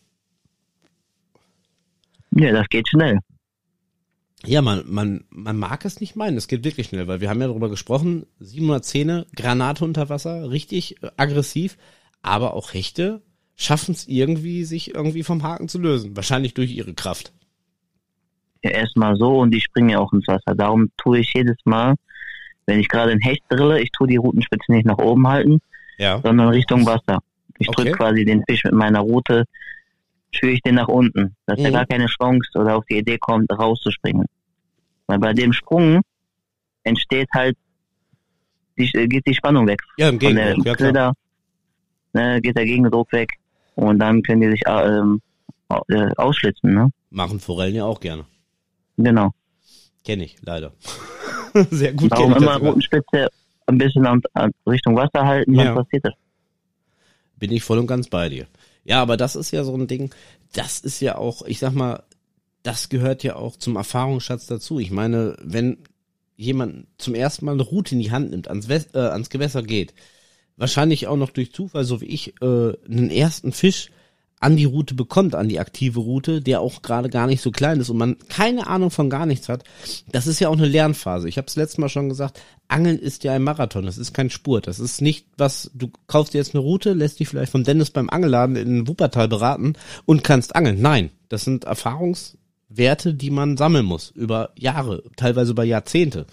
Ja, das geht schnell. Ja, man, man, man mag es nicht meinen, es geht wirklich schnell, weil wir haben ja darüber gesprochen, siebenhundert Zähne, Granate unter Wasser, richtig äh, aggressiv, aber auch Hechte schaffen es irgendwie, sich irgendwie vom Haken zu lösen, wahrscheinlich durch ihre Kraft. Ja, erstmal so und die springen ja auch ins Wasser. Darum tue ich jedes Mal, wenn ich gerade einen Hecht drille, ich tue die Rutenspitze nicht nach oben halten, Ja. sondern Richtung Wasser. Ich Okay. drücke quasi den Fisch mit meiner Rute, führe ich den nach unten, dass er Mhm. gar keine Chance oder auf die Idee kommt, rauszuspringen. Weil bei dem Sprung entsteht halt, die, geht die Spannung weg. Ja, im Von der Gegendruck, ja klar. Köder, ne, geht der Gegendruck weg und dann können die sich ähm, au- äh, ausschlitzen. Ne? Machen Forellen ja auch gerne. Genau. Kenne ich, leider. Sehr gut Darum kenne ich immer das sogar. Rutenspitze ein bisschen an, an Richtung Wasser halten, Ja. dann passiert das. Bin ich voll und ganz bei dir. Ja, aber das ist ja so ein Ding, das ist ja auch, ich sag mal, das gehört ja auch zum Erfahrungsschatz dazu. Ich meine, wenn jemand zum ersten Mal eine Route in die Hand nimmt, ans, Wes- äh, ans Gewässer geht, wahrscheinlich auch noch durch Zufall, so wie ich, äh, einen ersten Fisch an die Route bekommt, an die aktive Route, der auch gerade gar nicht so klein ist und man keine Ahnung von gar nichts hat, das ist ja auch eine Lernphase. Ich habe es letztes Mal schon gesagt, Angeln ist ja ein Marathon, das ist kein Spurt. Das ist nicht was, du kaufst dir jetzt eine Route, lässt dich vielleicht von Dennis beim Angelladen in Wuppertal beraten und kannst angeln. Nein, das sind Erfahrungswerte, die man sammeln muss, über Jahre, teilweise über Jahrzehnte.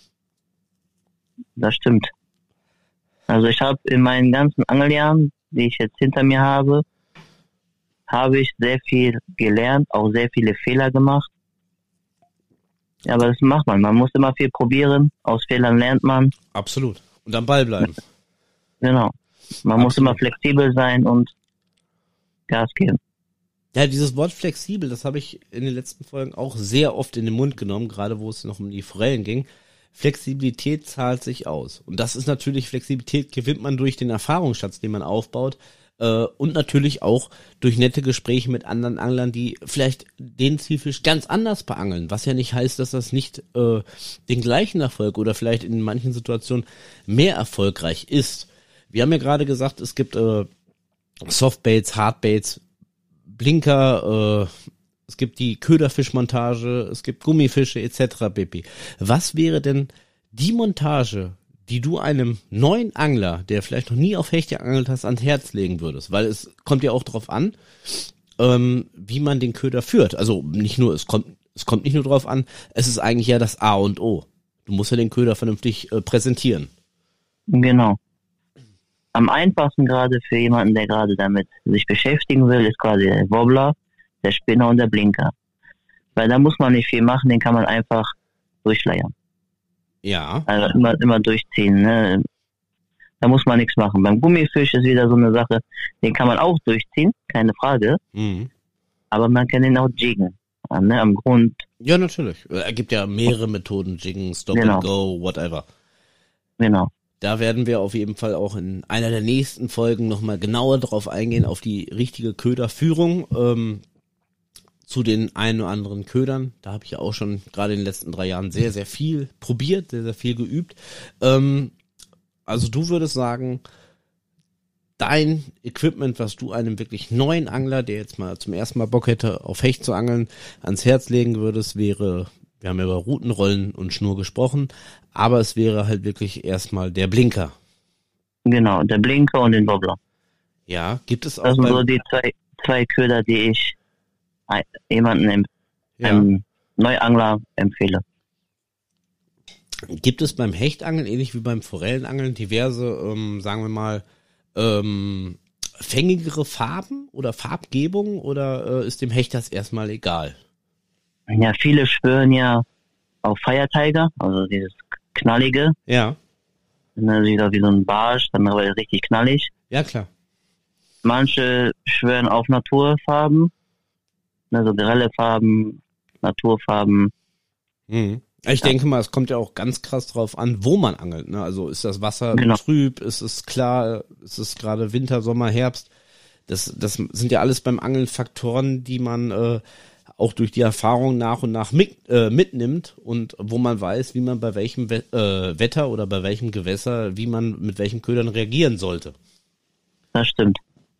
Das stimmt. Also ich habe in meinen ganzen Angeljahren, die ich jetzt hinter mir habe, habe ich sehr viel gelernt, auch sehr viele Fehler gemacht. Ja, aber das macht man. Man muss immer viel probieren. Aus Fehlern lernt man. Absolut. Und am Ball bleiben. Genau. Man muss Absolut. immer flexibel sein und Gas geben. Ja, dieses Wort flexibel, das habe ich in den letzten Folgen auch sehr oft in den Mund genommen, gerade wo es noch um die Forellen ging. Flexibilität zahlt sich aus. Und das ist natürlich, Flexibilität gewinnt man durch den Erfahrungsschatz, den man aufbaut, Äh, und natürlich auch durch nette Gespräche mit anderen Anglern, die vielleicht den Zielfisch ganz anders beangeln, was ja nicht heißt, dass das nicht äh, den gleichen Erfolg oder vielleicht in manchen Situationen mehr erfolgreich ist. Wir haben ja gerade gesagt, es gibt äh, Softbaits, Hardbaits, Blinker, äh, es gibt die Köderfischmontage, es gibt Gummifische et cetera pp. Was wäre denn die Montage, die du einem neuen Angler, der vielleicht noch nie auf Hecht geangelt hast, ans Herz legen würdest? Weil es kommt ja auch drauf an, ähm, wie man den Köder führt. Also nicht nur, es kommt, es kommt nicht nur drauf an, es ist eigentlich ja das A und O. Du musst ja den Köder vernünftig äh, präsentieren. Genau. Am einfachsten gerade für jemanden, der gerade damit sich beschäftigen will, ist quasi der Wobbler, der Spinner und der Blinker. Weil da muss man nicht viel machen, den kann man einfach durchleiern. Ja. Also immer, immer durchziehen, ne? Da muss man nichts machen. Beim Gummifisch ist wieder so eine Sache, den kann man auch durchziehen, keine Frage. Mhm. Aber man kann den auch jiggen, ne? Am Grund. Ja, natürlich. Es gibt ja mehrere Methoden, Jiggen, Stop Genau. and Go, whatever. Genau. Da werden wir auf jeden Fall auch in einer der nächsten Folgen nochmal genauer drauf eingehen, auf die richtige Köderführung. Ähm, zu den ein oder anderen Ködern. Da habe ich ja auch schon gerade in den letzten drei Jahren sehr, sehr viel probiert, sehr, sehr viel geübt. Ähm, also du würdest sagen, dein Equipment, was du einem wirklich neuen Angler, der jetzt mal zum ersten Mal Bock hätte, auf Hecht zu angeln, ans Herz legen würdest, wäre, wir haben ja über Routenrollen und Schnur gesprochen, aber es wäre halt wirklich erstmal der Blinker. Genau, der Blinker und den Wobbler. Ja, gibt es auch Das sind beim, so die zwei, zwei Köder, die ich jemanden, ja. einem Neuangler empfehle. Gibt es beim Hechtangeln, ähnlich wie beim Forellenangeln, diverse, ähm, sagen wir mal, ähm, fängigere Farben oder Farbgebungen oder äh, ist dem Hecht das erstmal egal? Ja, viele schwören ja auf Fire Tiger, also dieses knallige. Ja. Ne, wieder wie so ein Barsch, dann aber richtig knallig. Ja, klar. Manche schwören auf Naturfarben, ne, so grelle Farben, Naturfarben. Mhm. Ich ja. denke mal, es kommt ja auch ganz krass drauf an, wo man angelt. Ne? Also ist das Wasser genau. trüb, ist es klar, ist es gerade Winter, Sommer, Herbst. Das, das sind ja alles beim Angeln Faktoren, die man äh, auch durch die Erfahrung nach und nach mit, äh, mitnimmt und wo man weiß, wie man bei welchem We- äh, Wetter oder bei welchem Gewässer, wie man mit welchen Ködern reagieren sollte. Das stimmt.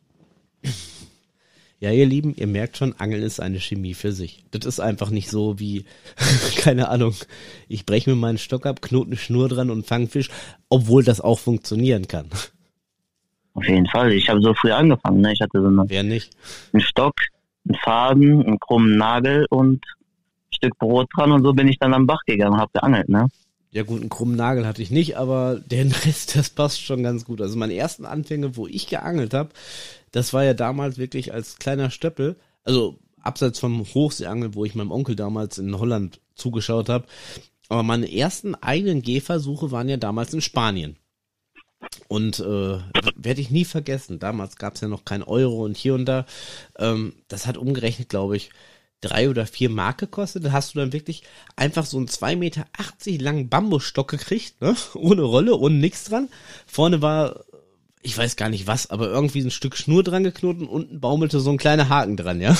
Ja, ihr Lieben, ihr merkt schon, Angeln ist eine Chemie für sich. Das ist einfach nicht so wie, keine Ahnung, ich breche mir meinen Stock ab, knote eine Schnur dran und fange Fisch, obwohl das auch funktionieren kann. Auf jeden Fall. Ich habe so früh angefangen. Ne? Ich hatte so eine, Wer nicht? einen Stock, einen Faden, einen krummen Nagel und ein Stück Brot dran und so bin ich dann am Bach gegangen und habe geangelt. Ne? Ja gut, einen krummen Nagel hatte ich nicht, aber den Rest, das passt schon ganz gut. Also meine ersten Anfänge, wo ich geangelt habe, das war ja damals wirklich als kleiner Stöppel, also abseits vom Hochseeangeln, wo ich meinem Onkel damals in Holland zugeschaut habe, aber meine ersten eigenen Gehversuche waren ja damals in Spanien. Und äh, werde ich nie vergessen, damals gab es ja noch kein Euro und hier und da, ähm, das hat umgerechnet, glaube ich, drei oder vier Mark gekostet. Da hast du dann wirklich einfach so einen zwei Meter achtzig langen Bambusstock gekriegt, ne? Ohne Rolle, ohne nix dran. Vorne war, ich weiß gar nicht was, aber irgendwie ein Stück Schnur dran geknotet und unten baumelte so ein kleiner Haken dran, ja?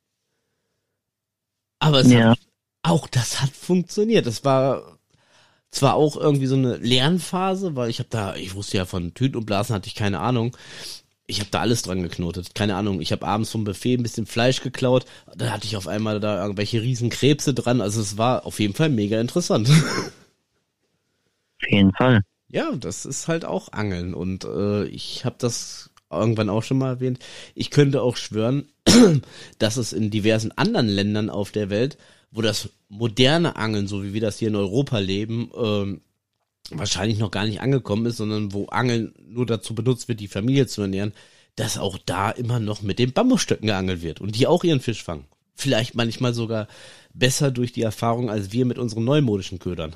Aber es ja. hat, auch das hat funktioniert. Das war zwar auch irgendwie so eine Lernphase, weil ich habe da, ich wusste ja von Tüten und Blasen hatte ich keine Ahnung. Ich habe da alles dran geknotet, keine Ahnung. Ich habe abends vom Buffet ein bisschen Fleisch geklaut, da hatte ich auf einmal da irgendwelche riesen Krebse dran. Also es war auf jeden Fall mega interessant. Auf jeden Fall. Ja, das ist halt auch Angeln und äh, ich habe das irgendwann auch schon mal erwähnt. Ich könnte auch schwören, dass es in diversen anderen Ländern auf der Welt, wo das moderne Angeln, so wie wir das hier in Europa leben, ähm, wahrscheinlich noch gar nicht angekommen ist, sondern wo Angeln nur dazu benutzt wird, die Familie zu ernähren, dass auch da immer noch mit den Bambusstöcken geangelt wird und die auch ihren Fisch fangen. Vielleicht manchmal sogar besser durch die Erfahrung als wir mit unseren neumodischen Ködern.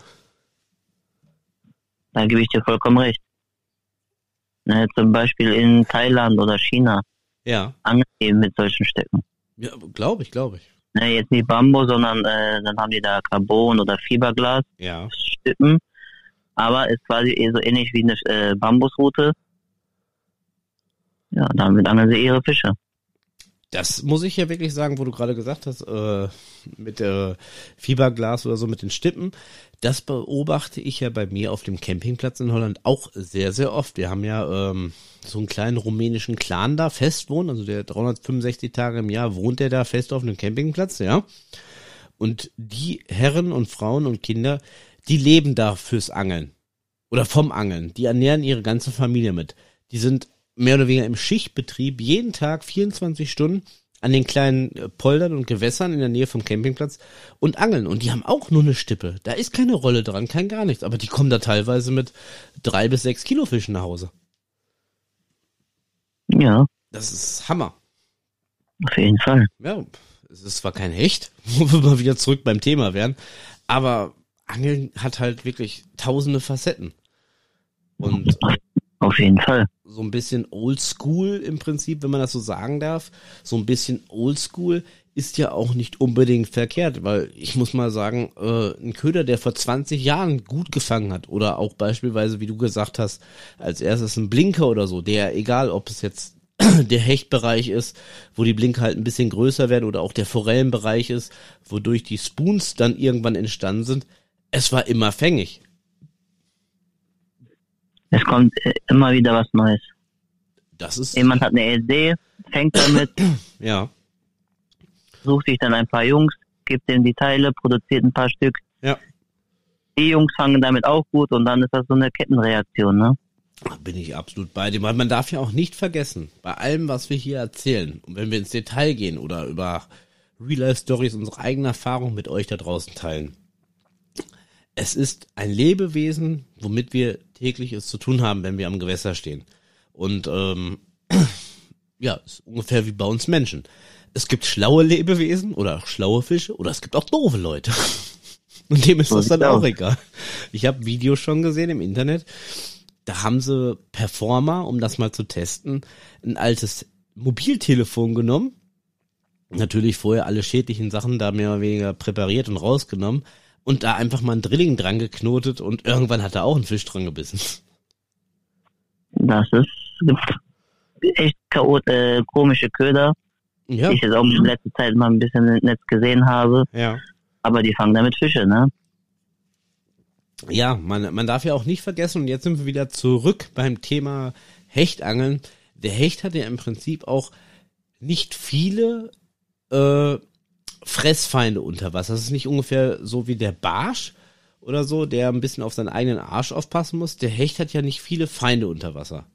Da gebe ich dir vollkommen recht. Ne, zum Beispiel in Thailand oder China. Ja. Angeln eben mit solchen Stöcken. Ja, glaube ich, glaube ich. Ne, jetzt nicht Bambus, sondern äh, dann haben die da Carbon oder Fiberglas Ja. Stücken. Aber ist quasi eher so ähnlich wie eine äh, Bambusrute. Ja, damit angeln sie ihre Fische. Das muss ich ja wirklich sagen, wo du gerade gesagt hast, äh, mit der Fiberglas oder so, mit den Stippen. Das beobachte ich ja bei mir auf dem Campingplatz in Holland auch sehr, sehr oft. Wir haben ja ähm, so einen kleinen rumänischen Clan da fest wohnen, also der dreihundertfünfundsechzig Tage im Jahr wohnt der da fest auf einem Campingplatz, ja. Und die Herren und Frauen und Kinder, die leben da fürs Angeln oder vom Angeln. Die ernähren ihre ganze Familie mit. Die sind mehr oder weniger im Schichtbetrieb jeden Tag vierundzwanzig Stunden an den kleinen Poldern und Gewässern in der Nähe vom Campingplatz und angeln. Und die haben auch nur eine Stippe. Da ist keine Rolle dran, kein gar nichts. Aber die kommen da teilweise mit drei bis sechs Kilo Fischen nach Hause. Ja. Das ist Hammer. Auf jeden Fall. Ja, es ist zwar kein Hecht, wo wir mal wieder zurück beim Thema wären, aber Angeln hat halt wirklich tausende Facetten. Und auf jeden Fall. So ein bisschen oldschool im Prinzip, wenn man das so sagen darf. So ein bisschen oldschool ist ja auch nicht unbedingt verkehrt, weil ich muss mal sagen, äh, ein Köder, der vor zwanzig Jahren gut gefangen hat oder auch beispielsweise, wie du gesagt hast, als erstes ein Blinker oder so, der, egal ob es jetzt der Hechtbereich ist, wo die Blinker halt ein bisschen größer werden oder auch der Forellenbereich ist, wodurch die Spoons dann irgendwann entstanden sind, es war immer fängig. Es kommt immer wieder was Neues. Das ist. Jemand hat eine Idee, fängt damit, ja. sucht sich dann ein paar Jungs, gibt denen die Teile, produziert ein paar Stück. Ja. Die Jungs fangen damit auch gut und dann ist das so eine Kettenreaktion, ne? Bin ich absolut bei dir. Man darf ja auch nicht vergessen, bei allem, was wir hier erzählen, und wenn wir ins Detail gehen oder über Real-Life-Stories, unsere eigene Erfahrung mit euch da draußen teilen, es ist ein Lebewesen, womit wir täglich es zu tun haben, wenn wir am Gewässer stehen. Und ähm, ja, ist ungefähr wie bei uns Menschen. Es gibt schlaue Lebewesen oder schlaue Fische oder es gibt auch doofe Leute. Und dem ist das dann auch egal. Ich habe Videos schon gesehen im Internet, da haben sie Performer, um das mal zu testen, ein altes Mobiltelefon genommen, natürlich vorher alle schädlichen Sachen da mehr oder weniger präpariert und rausgenommen, und da einfach mal ein Drilling dran geknotet und irgendwann hat da auch ein Fisch dran gebissen. Das ist echt chaot, äh, komische Köder, ja. die ich jetzt auch in letzter Zeit mal ein bisschen im Netz gesehen habe. Ja. Aber die fangen damit Fische, ne? Ja, man, man darf ja auch nicht vergessen, und jetzt sind wir wieder zurück beim Thema Hechtangeln. Der Hecht hat ja im Prinzip auch nicht viele äh, Fressfeinde unter Wasser. Das ist nicht ungefähr so wie der Barsch oder so, der ein bisschen auf seinen eigenen Arsch aufpassen muss. Der Hecht hat ja nicht viele Feinde unter Wasser.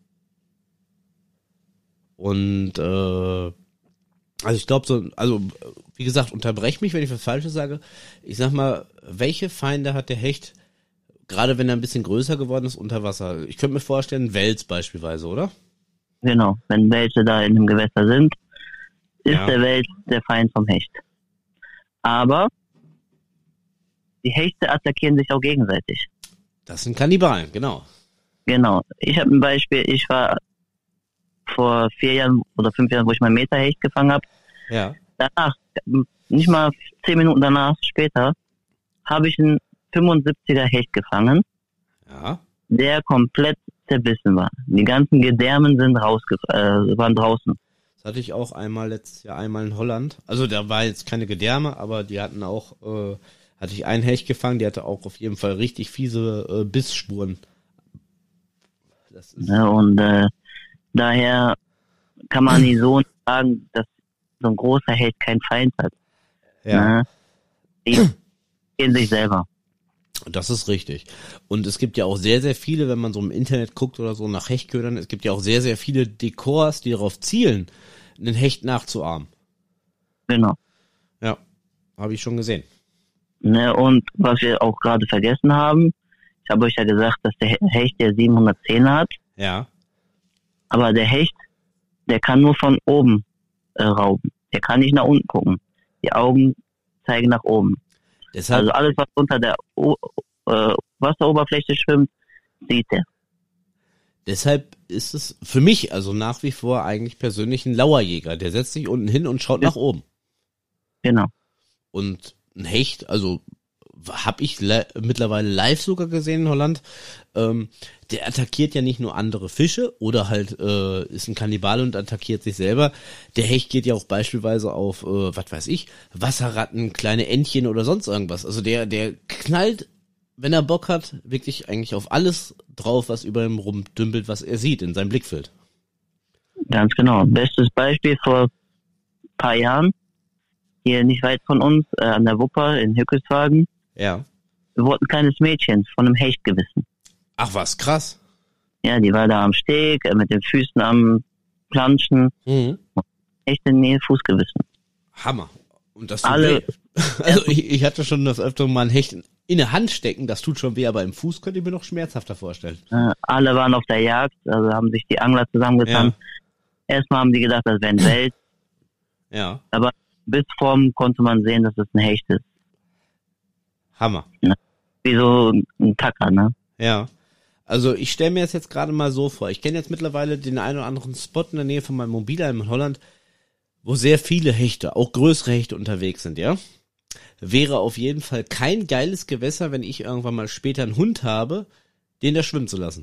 Und äh, also ich glaube so, also wie gesagt, unterbrech mich, wenn ich was Falsches sage. Ich sag mal, welche Feinde hat der Hecht, gerade wenn er ein bisschen größer geworden ist, unter Wasser? Ich könnte mir vorstellen, Wels beispielsweise, oder? Genau, wenn welche da in dem Gewässer sind, ist ja. der Wels der Feind vom Hecht. Aber die Hechte attackieren sich auch gegenseitig. Das sind Kannibalen, genau. Genau. Ich habe ein Beispiel, ich war vor vier Jahren oder fünf Jahren, wo ich meinen Meterhecht gefangen habe. Ja. Danach, nicht mal zehn Minuten danach, später, habe ich einen fünfundsiebziger Hecht gefangen, ja. der komplett zerbissen war. Die ganzen Gedärmen sind rausge äh, waren draußen. Das hatte ich auch einmal letztes Jahr einmal in Holland. Also da war jetzt keine Gedärme, aber die hatten auch, äh, hatte ich einen Hecht gefangen, die hatte auch auf jeden Fall richtig fiese äh, Bissspuren. Das ist ja, und äh, daher kann man nicht so sagen, dass so ein großer Hecht keinen Feind hat. Ja. Ne? Die in sich selber. Das ist richtig. Und es gibt ja auch sehr, sehr viele, wenn man so im Internet guckt oder so nach Hechtködern, es gibt ja auch sehr, sehr viele Dekors, die darauf zielen, einen Hecht nachzuahmen. Genau. Ja, habe ich schon gesehen. Ne, und was wir auch gerade vergessen haben, ich habe euch ja gesagt, dass der Hecht der siebenhundert Zähne hat. Ja. Aber der Hecht, der kann nur von oben äh, rauben. Der kann nicht nach unten gucken. Die Augen zeigen nach oben. Deshalb, also alles, was unter der o äh, Wasseroberfläche schwimmt, sieht er. Deshalb ist es für mich also nach wie vor eigentlich persönlich ein Lauerjäger. Der setzt sich unten hin und schaut ja. nach oben. Genau. Und ein Hecht, also habe ich li- mittlerweile live sogar gesehen in Holland. Ähm, der attackiert ja nicht nur andere Fische oder halt äh, ist ein Kannibale und attackiert sich selber. Der Hecht geht ja auch beispielsweise auf, äh, was weiß ich, Wasserratten, kleine Entchen oder sonst irgendwas. Also der, der knallt, wenn er Bock hat, wirklich eigentlich auf alles drauf, was über ihm rumdümpelt, was er sieht in seinem Blickfeld. Ganz genau. Bestes Beispiel vor ein paar Jahren, hier nicht weit von uns, äh, an der Wupper in Hückeswagen, Ja. wurde ein kleines Mädchen von einem Hecht gebissen. Ach was, krass. Ja, die war da am Steg, äh, mit den Füßen am Planschen, Mhm. echt in den Fuß gebissen. Hammer. Und das tut Alle- weh. Also ich, ich hatte schon das öfter mal ein Hecht in, in der Hand stecken, das tut schon weh, aber im Fuß könnte ich mir noch schmerzhafter vorstellen. Äh, alle waren auf der Jagd, also haben sich die Angler zusammengetan. Ja. Erstmal haben die gedacht, das wäre ein Wels, Ja, aber bis vorm konnte man sehen, dass es ein Hecht ist. Hammer. Wie so ein Tacker, ne? Ja. Also ich stelle mir das jetzt gerade mal so vor. Ich kenne jetzt mittlerweile den einen oder anderen Spot in der Nähe von meinem Mobilheim in Holland, wo sehr viele Hechte, auch größere Hechte unterwegs sind, ja. Wäre auf jeden Fall kein geiles Gewässer, wenn ich irgendwann mal später einen Hund habe, den da schwimmen zu lassen.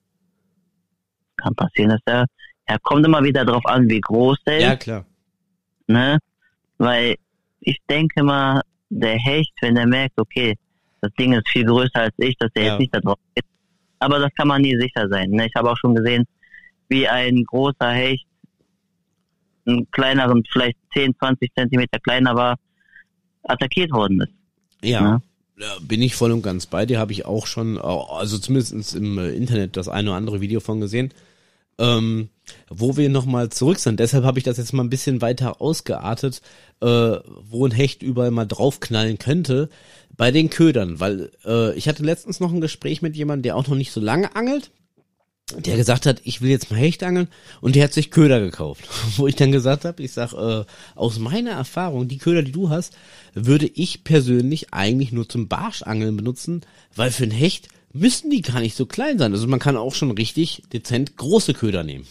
Kann passieren, dass der, ja, kommt immer wieder drauf an, wie groß der Ja, ist, klar. ne? Weil ich denke mal, der Hecht, wenn er merkt, okay, das Ding ist viel größer als ich, dass der Ja. jetzt nicht da drauf geht. Aber das kann man nie sicher sein, ne? Ich habe auch schon gesehen, wie ein großer Hecht, einen kleineren, vielleicht zehn, zwanzig Zentimeter kleiner war, attackiert worden ist. Ja. Ja. Ja, bin ich voll und ganz bei dir, habe ich auch schon, also zumindest im äh, Internet das eine oder andere Video von gesehen, ähm, wo wir nochmal zurück sind. Deshalb habe ich das jetzt mal ein bisschen weiter ausgeartet, äh, wo ein Hecht überall mal draufknallen könnte, bei den Ködern, weil äh, ich hatte letztens noch ein Gespräch mit jemandem, der auch noch nicht so lange angelt, der gesagt hat, ich will jetzt mal Hecht angeln und der hat sich Köder gekauft. Wo ich dann gesagt habe, ich sag, äh, aus meiner Erfahrung, die Köder, die du hast, würde ich persönlich eigentlich nur zum Barschangeln benutzen, weil für ein Hecht müssen die gar nicht so klein sein. Also man kann auch schon richtig dezent große Köder nehmen.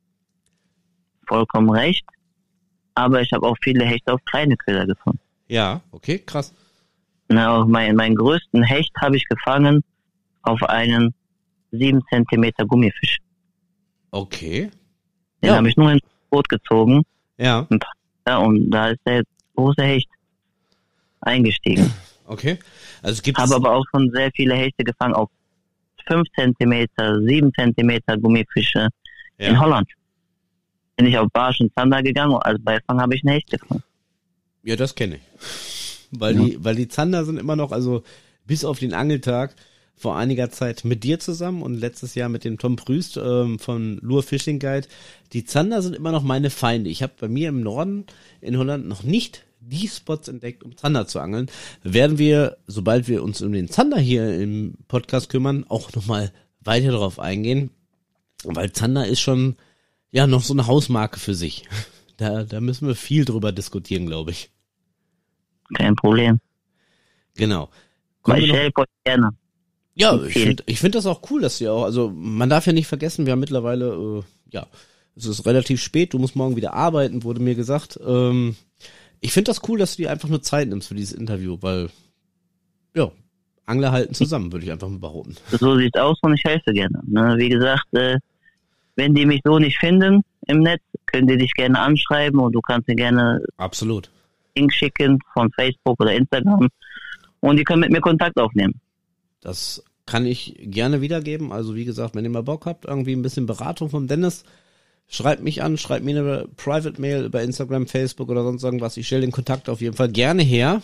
Vollkommen recht. Aber ich habe auch viele Hechte auf kleine Köder gefunden. Ja, okay, krass. Na, auch mein, meinen größten Hecht habe ich gefangen auf einen sieben Zentimeter Gummifisch. Okay. Den Ja. habe ich nur ins Boot gezogen. Ja, Ja, und da ist der große Hecht eingestiegen. okay. Also es gibt Habe aber auch schon sehr viele Hechte gefangen auf fünf Zentimeter, sieben Zentimeter Gummifische in ja, Holland. Bin ich auf Barsch und Zander gegangen und als Beifang habe ich einen Hecht gefangen. ja, das kenne ich. Weil Ja. die, weil die Zander sind immer noch, also bis auf den Angeltag vor einiger Zeit mit dir zusammen und letztes Jahr mit dem Tom Prüst ähm, von Lure Fishing Guide. Die Zander sind immer noch meine Feinde. Ich habe bei mir im Norden in Holland noch nicht die Spots entdeckt, um Zander zu angeln. Werden wir, sobald wir uns um den Zander hier im Podcast kümmern, auch nochmal weiter darauf eingehen. Weil Zander ist schon ja noch so eine Hausmarke für sich. Da, da müssen wir viel drüber diskutieren, glaube ich. Kein Problem. Genau. Kommen Weil wir ich noch- helfe euch gerne. Ja, ich Viel. finde ich find das auch cool, dass du ja auch, also man darf ja nicht vergessen, wir haben mittlerweile, äh, ja, es ist relativ spät, du musst morgen wieder arbeiten, wurde mir gesagt. Ähm, ich finde das cool, dass du dir einfach nur Zeit nimmst für dieses Interview, weil, ja, Angler halten zusammen, würde ich einfach mal behaupten. So sieht's aus und ich helfe gerne. Ne? Wie gesagt, äh, wenn die mich so nicht finden im Netz, können die dich gerne anschreiben und du kannst dir gerne Absolut. Link schicken von Facebook oder Instagram und die können mit mir Kontakt aufnehmen. Das kann ich gerne wiedergeben. Also wie gesagt, wenn ihr mal Bock habt, irgendwie ein bisschen Beratung vom Dennis, schreibt mich an, schreibt mir eine Private Mail über Instagram, Facebook oder sonst irgendwas. Ich stelle den Kontakt auf jeden Fall gerne her.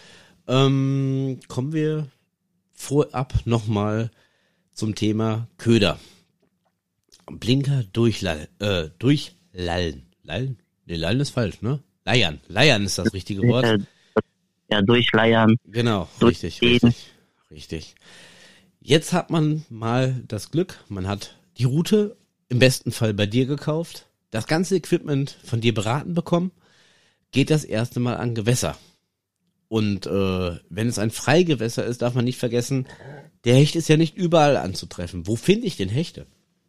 Ähm, kommen wir vorab nochmal zum Thema Köder. Blinker durchlallen, äh, durchlallen. Lallen? Nee, lallen ist falsch, ne? Leiern. Leiern ist das richtige Wort. Äh, Ja, durchleiern. Genau, richtig, Durchgehen. richtig, richtig. Jetzt hat man mal das Glück, man hat die Route im besten Fall bei dir gekauft, das ganze Equipment von dir beraten bekommen, geht das erste Mal an Gewässer. Und äh, wenn es ein Freigewässer ist, darf man nicht vergessen, der Hecht ist ja nicht überall anzutreffen. Wo finde ich den Hechte?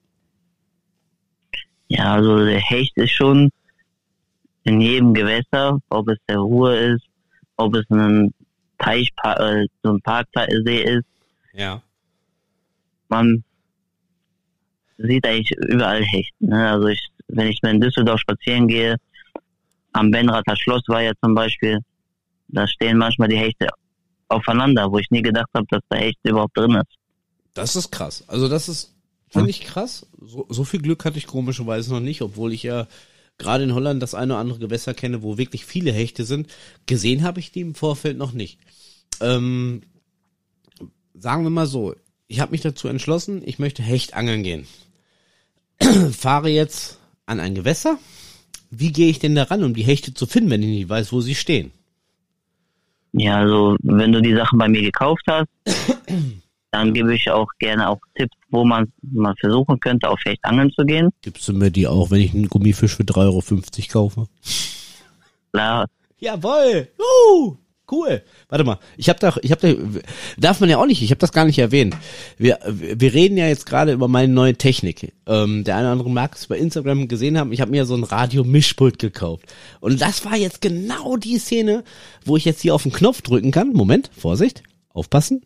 Ja, also der Hecht ist schon in jedem Gewässer, ob es der Ruhr ist, ob es ein Teich, äh, so ein Parksee ist. Ja. Man sieht eigentlich überall Hecht. Ne? Also ich, wenn ich in Düsseldorf spazieren gehe, am Benrather Schloss war ja zum Beispiel, da stehen manchmal die Hechte aufeinander, wo ich nie gedacht habe, dass da Hecht überhaupt drin ist. Das ist krass. Also das ist, finde ich krass. So, so viel Glück hatte ich komischerweise noch nicht, obwohl ich ja gerade in Holland das eine oder andere Gewässer kenne, wo wirklich viele Hechte sind. Gesehen habe ich die im Vorfeld noch nicht. Ähm, sagen wir mal so, ich habe mich dazu entschlossen, ich möchte Hecht angeln gehen. Fahre jetzt an ein Gewässer. Wie gehe ich denn da ran, um die Hechte zu finden, wenn ich nicht weiß, wo sie stehen? Ja, also wenn du die Sachen bei mir gekauft hast, dann gebe ich auch gerne auch Tipps, wo man mal versuchen könnte, auf Hecht angeln zu gehen. Gibst du mir die auch, wenn ich einen Gummifisch für drei Euro fünfzig kaufe? Klar. Jawohl! Uh, cool. Warte mal, ich habe da, ich habe da, darf man ja auch nicht, ich habe das gar nicht erwähnt. Wir, wir reden ja jetzt gerade über meine neue Technik. Ähm, der eine oder andere mag es bei Instagram gesehen haben. Ich habe mir ja so ein Radio-Mischpult gekauft. Und das war jetzt genau die Szene, wo ich jetzt hier auf den Knopf drücken kann. Moment, Vorsicht, aufpassen.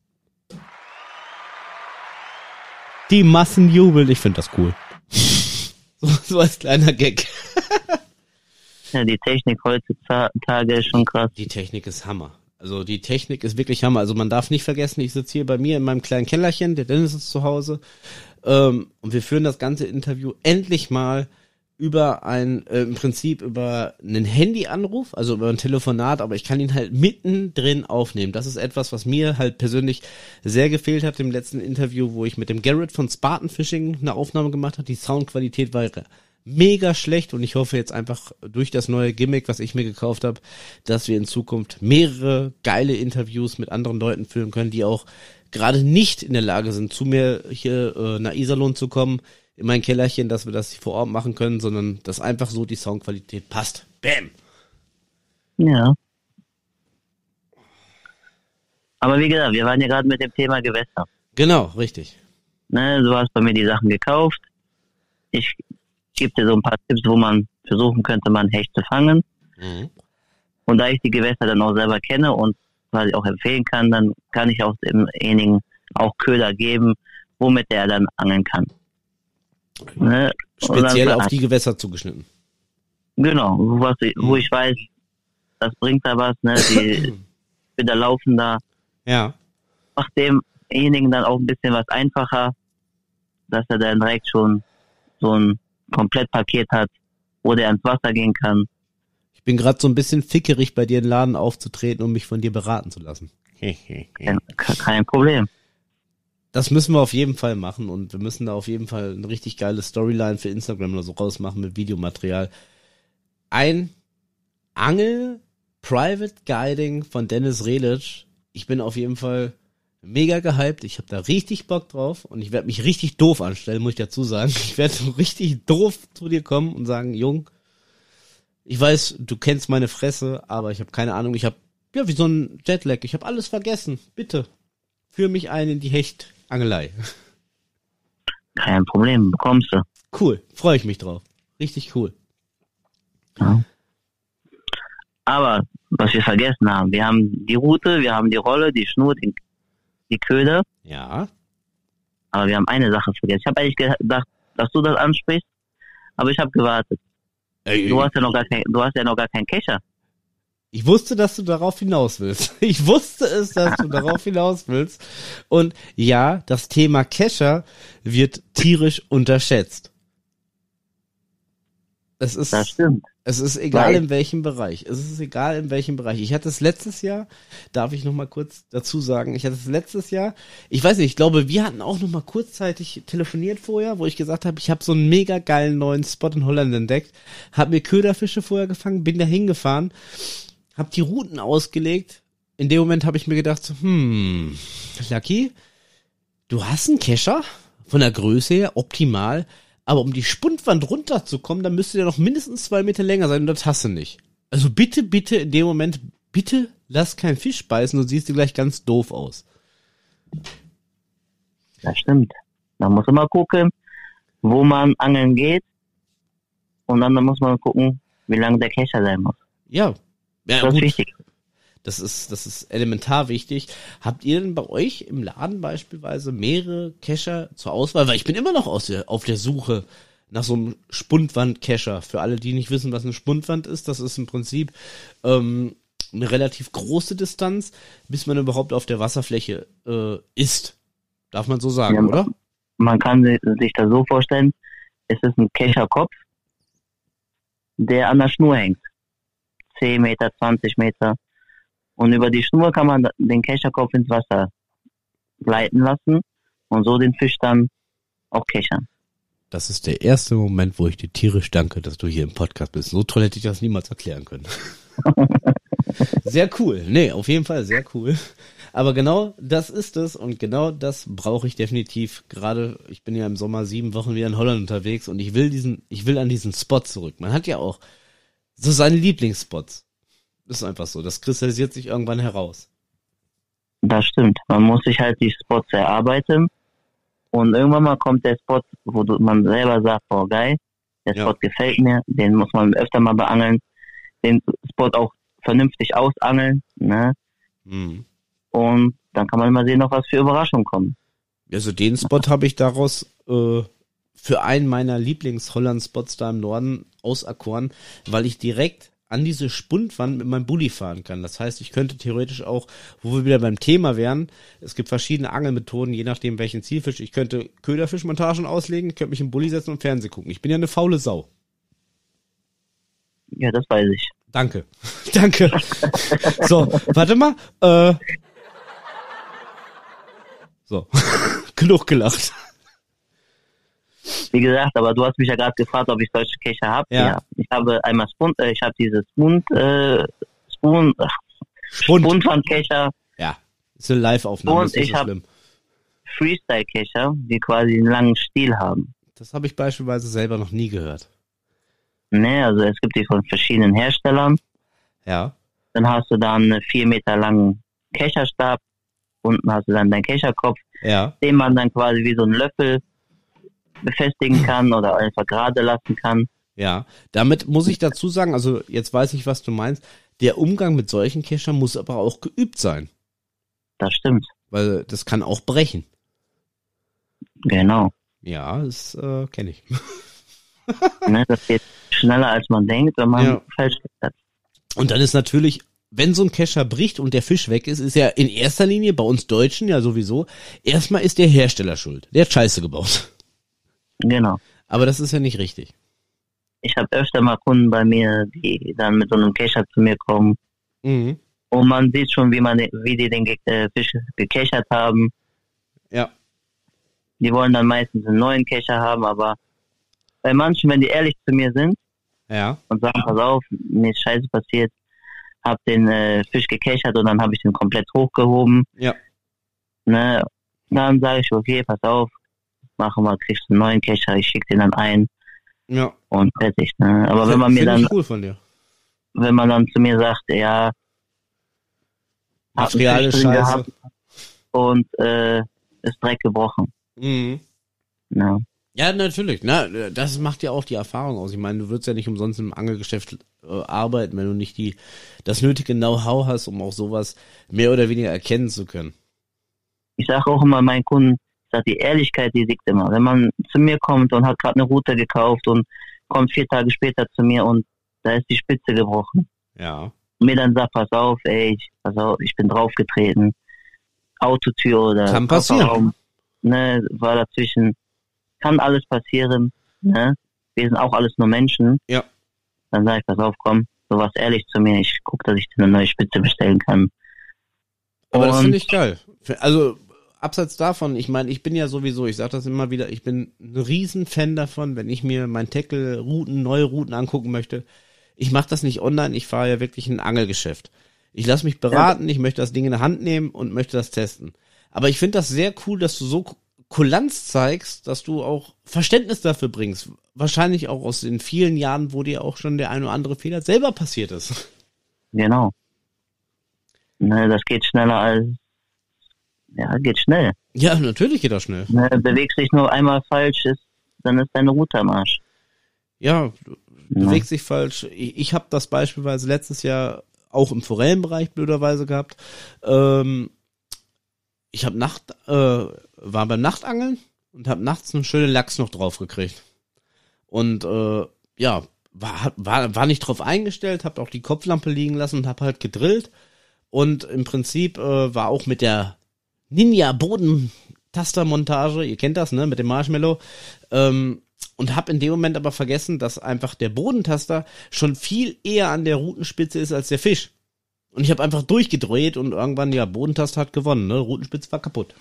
Die Massen jubeln, ich finde das cool. so, so als kleiner Gag. Ja, die Technik heutzutage ist schon krass. Die Technik ist Hammer. Also die Technik ist wirklich Hammer. Also man darf nicht vergessen, ich sitze hier bei mir in meinem kleinen Kellerchen, der Dennis ist zu Hause, ähm, und wir führen das ganze Interview endlich mal über ein, äh, im Prinzip über einen Handyanruf, also über ein Telefonat, aber ich kann ihn halt mittendrin aufnehmen. Das ist etwas, was mir halt persönlich sehr gefehlt hat im letzten Interview, wo ich mit dem Garrett von Spartan Fishing eine Aufnahme gemacht habe. Die Soundqualität war mega schlecht und ich hoffe jetzt einfach durch das neue Gimmick, was ich mir gekauft habe, dass wir in Zukunft mehrere geile Interviews mit anderen Leuten führen können, die auch gerade nicht in der Lage sind, zu mir hier äh, nach Iserlohn zu kommen, in mein Kellerchen, dass wir das vor Ort machen können, sondern dass einfach so die Soundqualität passt. Bam! Ja. Aber wie gesagt, wir waren ja gerade mit dem Thema Gewässer. Genau, richtig. Ne, du hast bei mir die Sachen gekauft. Ich gebe dir so ein paar Tipps, wo man versuchen könnte, man Hecht zu fangen. Mhm. Und da ich die Gewässer dann auch selber kenne und quasi auch empfehlen kann, dann kann ich auch demjenigen auch Köder geben, womit der dann angeln kann. Ne? Speziell dann, auf die Gewässer zugeschnitten. Genau, was ich, wo ich weiß, das bringt da was, ne? Die Köder laufen da. Ja. Macht demjenigen dann auch ein bisschen was einfacher, dass er dann direkt schon so ein Komplettpaket hat, wo der ans Wasser gehen kann. Ich bin gerade so ein bisschen fickerig, bei dir in den Laden aufzutreten, um mich von dir beraten zu lassen. kein, kein Problem. Das müssen wir auf jeden Fall machen und wir müssen da auf jeden Fall eine richtig geile Storyline für Instagram oder so rausmachen mit Videomaterial. Ein Angel-Private Guiding von Dennis Relic. Ich bin auf jeden Fall mega gehypt. Ich habe da richtig Bock drauf und ich werde mich richtig doof anstellen, muss ich dazu sagen. Ich werde so richtig doof zu dir kommen und sagen, Jung, ich weiß, du kennst meine Fresse, aber ich habe keine Ahnung. Ich habe, ja, wie so ein Jetlag. Ich habe alles vergessen. Bitte, führ mich ein in die Hechtangelei. Kein Problem, bekommst du. Cool, freue ich mich drauf. Richtig cool. Ja. Aber, was wir vergessen haben, wir haben die Rute, wir haben die Rolle, die Schnur, die, die Köder. Ja. Aber wir haben eine Sache vergessen. Ich habe eigentlich gedacht, dass du das ansprichst, aber ich habe gewartet. Ey, du hast ja noch gar kein, du hast ja noch gar keinen Kescher. Ich wusste, dass du darauf hinaus willst. Ich wusste es, dass du darauf hinaus willst. Und ja, das Thema Kescher wird tierisch unterschätzt. Es ist, das stimmt. Es ist egal, Weil, in welchem Bereich. Es ist egal, in welchem Bereich. Ich hatte es letztes Jahr, darf ich noch mal kurz dazu sagen, ich hatte es letztes Jahr, ich weiß nicht, ich glaube, wir hatten auch noch mal kurzzeitig telefoniert vorher, wo ich gesagt habe, ich habe so einen mega geilen neuen Spot in Holland entdeckt, habe mir Köderfische vorher gefangen, bin da hingefahren, habe die Routen ausgelegt. In dem Moment habe ich mir gedacht, hm, Lucky, du hast einen Kescher von der Größe her, optimal, aber um die Spundwand runterzukommen, dann müsste der noch mindestens zwei Meter länger sein und das hast du nicht. Also bitte, bitte in dem Moment, bitte lass keinen Fisch beißen, sonst siehst du gleich ganz doof aus. Das stimmt. Man muss immer gucken, wo man angeln geht und dann muss man gucken, wie lange der Kescher sein muss. Ja. Ja, das gut. ist wichtig. Das ist, das ist elementar wichtig. Habt ihr denn bei euch im Laden beispielsweise mehrere Kescher zur Auswahl? Weil ich bin immer noch aus der, auf der Suche nach so einem Spundwand-Kescher. Für alle, die nicht wissen, was eine Spundwand ist, das ist im Prinzip ähm, eine relativ große Distanz, bis man überhaupt auf der Wasserfläche äh, ist. Darf man so sagen, ja, oder? Man kann sich das so vorstellen, es ist ein Kescherkopf, der an der Schnur hängt. zehn Meter, zwanzig Meter. Und über die Schnur kann man den Kescherkopf ins Wasser gleiten lassen und so den Fisch dann auch kechern. Das ist der erste Moment, wo ich dir tierisch danke, dass du hier im Podcast bist. So toll hätte ich das niemals erklären können. Sehr cool. Nee, auf jeden Fall sehr cool. Aber genau das ist es und genau das brauche ich definitiv. Gerade, ich bin ja im Sommer sieben Wochen wieder in Holland unterwegs und ich will diesen, ich will an diesen Spot zurück. Man hat ja auch so seine Lieblingsspots. Das ist einfach so. Das kristallisiert sich irgendwann heraus. Das stimmt. Man muss sich halt die Spots erarbeiten und irgendwann mal kommt der Spot, wo man selber sagt, boah geil, der Spot ja. gefällt mir, den muss man öfter mal beangeln, den Spot auch vernünftig ausangeln, ne? Mhm. Und dann kann man mal sehen, noch was für Überraschungen kommen. Also den Spot habe ich daraus äh, für einen meiner Lieblings-Holland-Spots da im Norden auserkoren, weil ich direkt an diese Spundwand mit meinem Bulli fahren kann. Das heißt, ich könnte theoretisch auch, wo wir wieder beim Thema wären, es gibt verschiedene Angelmethoden, je nachdem welchen Zielfisch. Ich könnte Köderfischmontagen auslegen, könnte mich im Bulli setzen und Fernsehen gucken. Ich bin ja eine faule Sau. Ja, das weiß ich. Danke. Danke. So, warte mal. Äh, so, genug gelacht. Wie gesagt, aber du hast mich ja gerade gefragt, ob ich solche Kescher habe. Ja. ja. Ich habe einmal Spund, äh, ich habe dieses Spund, äh, Spund, äh, Spund. Spundwandkescher. Ja, ist eine Live-Aufnahme, ist nicht so schlimm. Freestyle-Kescher, die quasi einen langen Stiel haben. Das habe ich beispielsweise selber noch nie gehört. Ne, also es gibt die von verschiedenen Herstellern. Ja. Dann hast du dann einen vier Meter langen Kecherstab. Unten hast du dann deinen Kescherkopf, ja. den man dann quasi wie so einen Löffel befestigen kann oder einfach gerade lassen kann. Ja, damit muss ich dazu sagen, also jetzt weiß ich, was du meinst, der Umgang mit solchen Keschern muss aber auch geübt sein. Das stimmt. Weil das kann auch brechen. Genau. Ja, das äh, kenne ich. Ne, das geht schneller, als man denkt, wenn man ja. falsch hat. Und dann ist natürlich, wenn so ein Kescher bricht und der Fisch weg ist, ist ja in erster Linie bei uns Deutschen ja sowieso, erstmal ist der Hersteller schuld. Der hat Scheiße gebaut. Genau. Aber das ist ja nicht richtig. Ich habe öfter mal Kunden bei mir, die dann mit so einem Kescher zu mir kommen. Mhm. Und man sieht schon, wie man, wie die den äh, Fisch gekechert haben. Ja. Die wollen dann meistens einen neuen Kescher haben, aber bei manchen, wenn die ehrlich zu mir sind, ja. und sagen, pass auf, mir ist Scheiße passiert, hab den äh, Fisch gekechert und dann habe ich den komplett hochgehoben. Ja. Ne, dann sage ich, okay, pass auf, machen wir, kriegst du einen neuen Kescher, ich schicke den dann ein. Ja. Und fertig. Ne? Aber das wenn man mir dann, cool von dir. wenn man dann zu mir sagt, ja, Material ist scheiße und äh, ist Dreck gebrochen. Mhm. Ja. Ja, natürlich. Na, das macht ja auch die Erfahrung aus. Ich meine, du würdest ja nicht umsonst im Angelgeschäft äh, arbeiten, wenn du nicht die das nötige Know-how hast, um auch sowas mehr oder weniger erkennen zu können. Ich sage auch immer meinen Kunden, ich sag, die Ehrlichkeit, die siegt immer. Wenn man zu mir kommt und hat gerade eine Route gekauft und kommt vier Tage später zu mir und da ist die Spitze gebrochen. Ja. Und mir dann sagt, pass auf, ey, ich, pass auf, ich bin draufgetreten. Autotür oder kann passieren. Kofferraum, ne, war dazwischen. Kann alles passieren, ne? Wir sind auch alles nur Menschen. Ja. Dann sage ich, pass auf, komm, du warst ehrlich zu mir, ich gucke, dass ich dir eine neue Spitze bestellen kann. Aber und das finde ich geil. Also, abseits davon, ich meine, ich bin ja sowieso, ich sage das immer wieder, ich bin ein Riesenfan davon, wenn ich mir mein Tackle-Routen, neue Routen angucken möchte. Ich mache das nicht online, ich fahre ja wirklich ein Angelgeschäft. Ich lasse mich beraten, ja. Ich möchte das Ding in der Hand nehmen und möchte das testen. Aber ich finde das sehr cool, dass du so Kulanz zeigst, dass du auch Verständnis dafür bringst. Wahrscheinlich auch aus den vielen Jahren, wo dir auch schon der ein oder andere Fehler selber passiert ist. Genau. Ne, das geht schneller als, ja, geht schnell. Ja, natürlich geht das schnell. Ne, bewegst dich nur einmal falsch, ist, dann ist deine Route am Arsch. Ja, du bewegst dich falsch. Ich, ich habe das beispielsweise letztes Jahr auch im Forellenbereich blöderweise gehabt. Ähm, ich habe Nacht, äh, war beim Nachtangeln und habe nachts einen schönen Lachs noch drauf gekriegt. Und äh, ja, war, war, war nicht drauf eingestellt, habe auch die Kopflampe liegen lassen und habe halt gedrillt. Und im Prinzip äh, war auch mit der Ninja-Bodentastermontage, ihr kennt das, ne, mit dem Marshmallow, ähm, und habe in dem Moment aber vergessen, dass einfach der Bodentaster schon viel eher an der Rutenspitze ist als der Fisch. Und ich habe einfach durchgedreht und irgendwann, ja, Bodentaster hat gewonnen, ne, Rutenspitze war kaputt.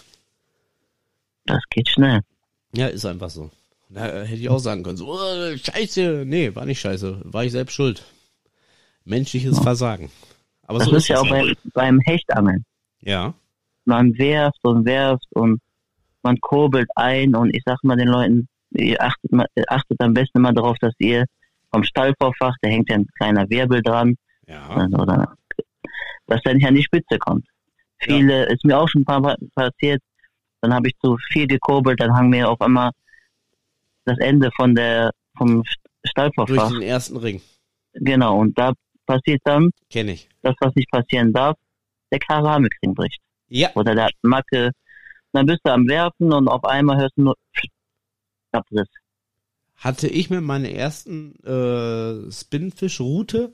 Das geht schnell. Ja, ist einfach so. Da hätte ich auch sagen können, so, oh, scheiße, nee, war nicht scheiße, war ich selbst schuld. Menschliches ja. Versagen. Aber das so ist, ist ja auch beim, beim Hechtangeln. Ja. Man werft und werft und man kurbelt ein und ich sag mal den Leuten, ihr achtet, mal, achtet am besten immer darauf, dass ihr vom Stallvorfach, da hängt ja ein kleiner Wirbel dran, ja. oder, dass der nicht an die Spitze kommt. Viele, ja. ist mir auch schon ein paar Mal passiert, dann habe ich zu viel gekurbelt, dann hang mir auf einmal das Ende von der vom Stallvorfach. Durch den ersten Ring. Genau, und da passiert dann, Kenn ich. das, was nicht passieren darf, der Keramikring bricht. Ja. Oder der Macke. Dann bist du am Werfen und auf einmal hörst du nur Abriss. Hatte ich mit meiner ersten äh, Spinnfish-Route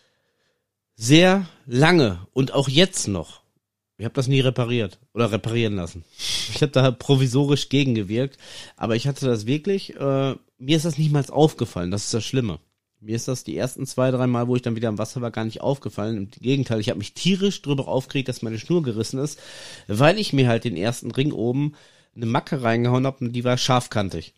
sehr lange und auch jetzt noch. Ich habe das nie repariert oder reparieren lassen. Ich habe da provisorisch gegengewirkt, aber ich hatte das wirklich, äh, mir ist das nicht mal aufgefallen, das ist das Schlimme. Mir ist das die ersten zwei, drei Mal, wo ich dann wieder im Wasser war, gar nicht aufgefallen. Im Gegenteil, ich habe mich tierisch drüber aufgeregt, dass meine Schnur gerissen ist, weil ich mir halt den ersten Ring oben eine Macke reingehauen habe und die war scharfkantig.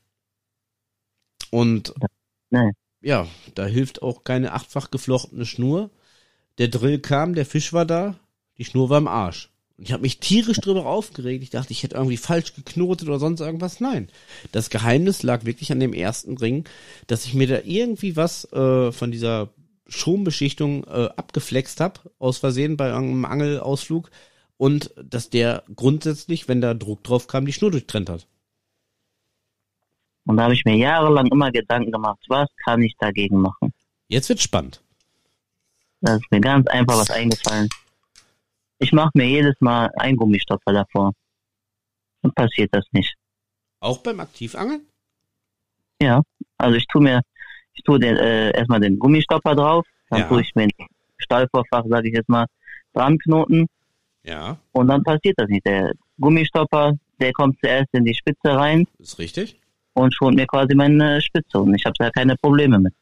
Und nee. ja, da hilft auch keine achtfach geflochtene Schnur. Der Drill kam, der Fisch war da, die Schnur war im Arsch. Und ich habe mich tierisch drüber aufgeregt. Ich dachte, ich hätte irgendwie falsch geknotet oder sonst irgendwas. Nein. Das Geheimnis lag wirklich an dem ersten Ring, dass ich mir da irgendwie was äh, von dieser Schonbeschichtung äh, abgeflext habe, aus Versehen bei irgendeinem Angelausflug. Und dass der grundsätzlich, wenn da Druck drauf kam, die Schnur durchtrennt hat. Und da habe ich mir jahrelang immer Gedanken gemacht, was kann ich dagegen machen? Jetzt wird's spannend. Da ist mir ganz einfach was eingefallen. Ich mache mir jedes Mal einen Gummistopper davor. Dann passiert das nicht. Auch beim Aktivangeln? Ja, also ich tue mir, ich tue den, äh, erstmal den Gummistopper drauf, dann ja. tue ich mir den Stallvorfach, sage ich jetzt mal, dran knoten. Ja. Und dann passiert das nicht. Der Gummistopper, der kommt zuerst in die Spitze rein. Ist richtig. Und schont mir quasi meine Spitze. Und ich habe da keine Probleme mit.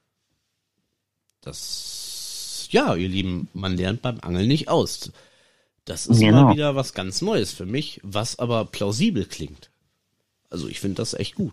Das, ja, ihr Lieben, man lernt beim Angeln nicht aus. Das ist genau. mal wieder was ganz Neues für mich, was aber plausibel klingt. Also ich finde das echt gut.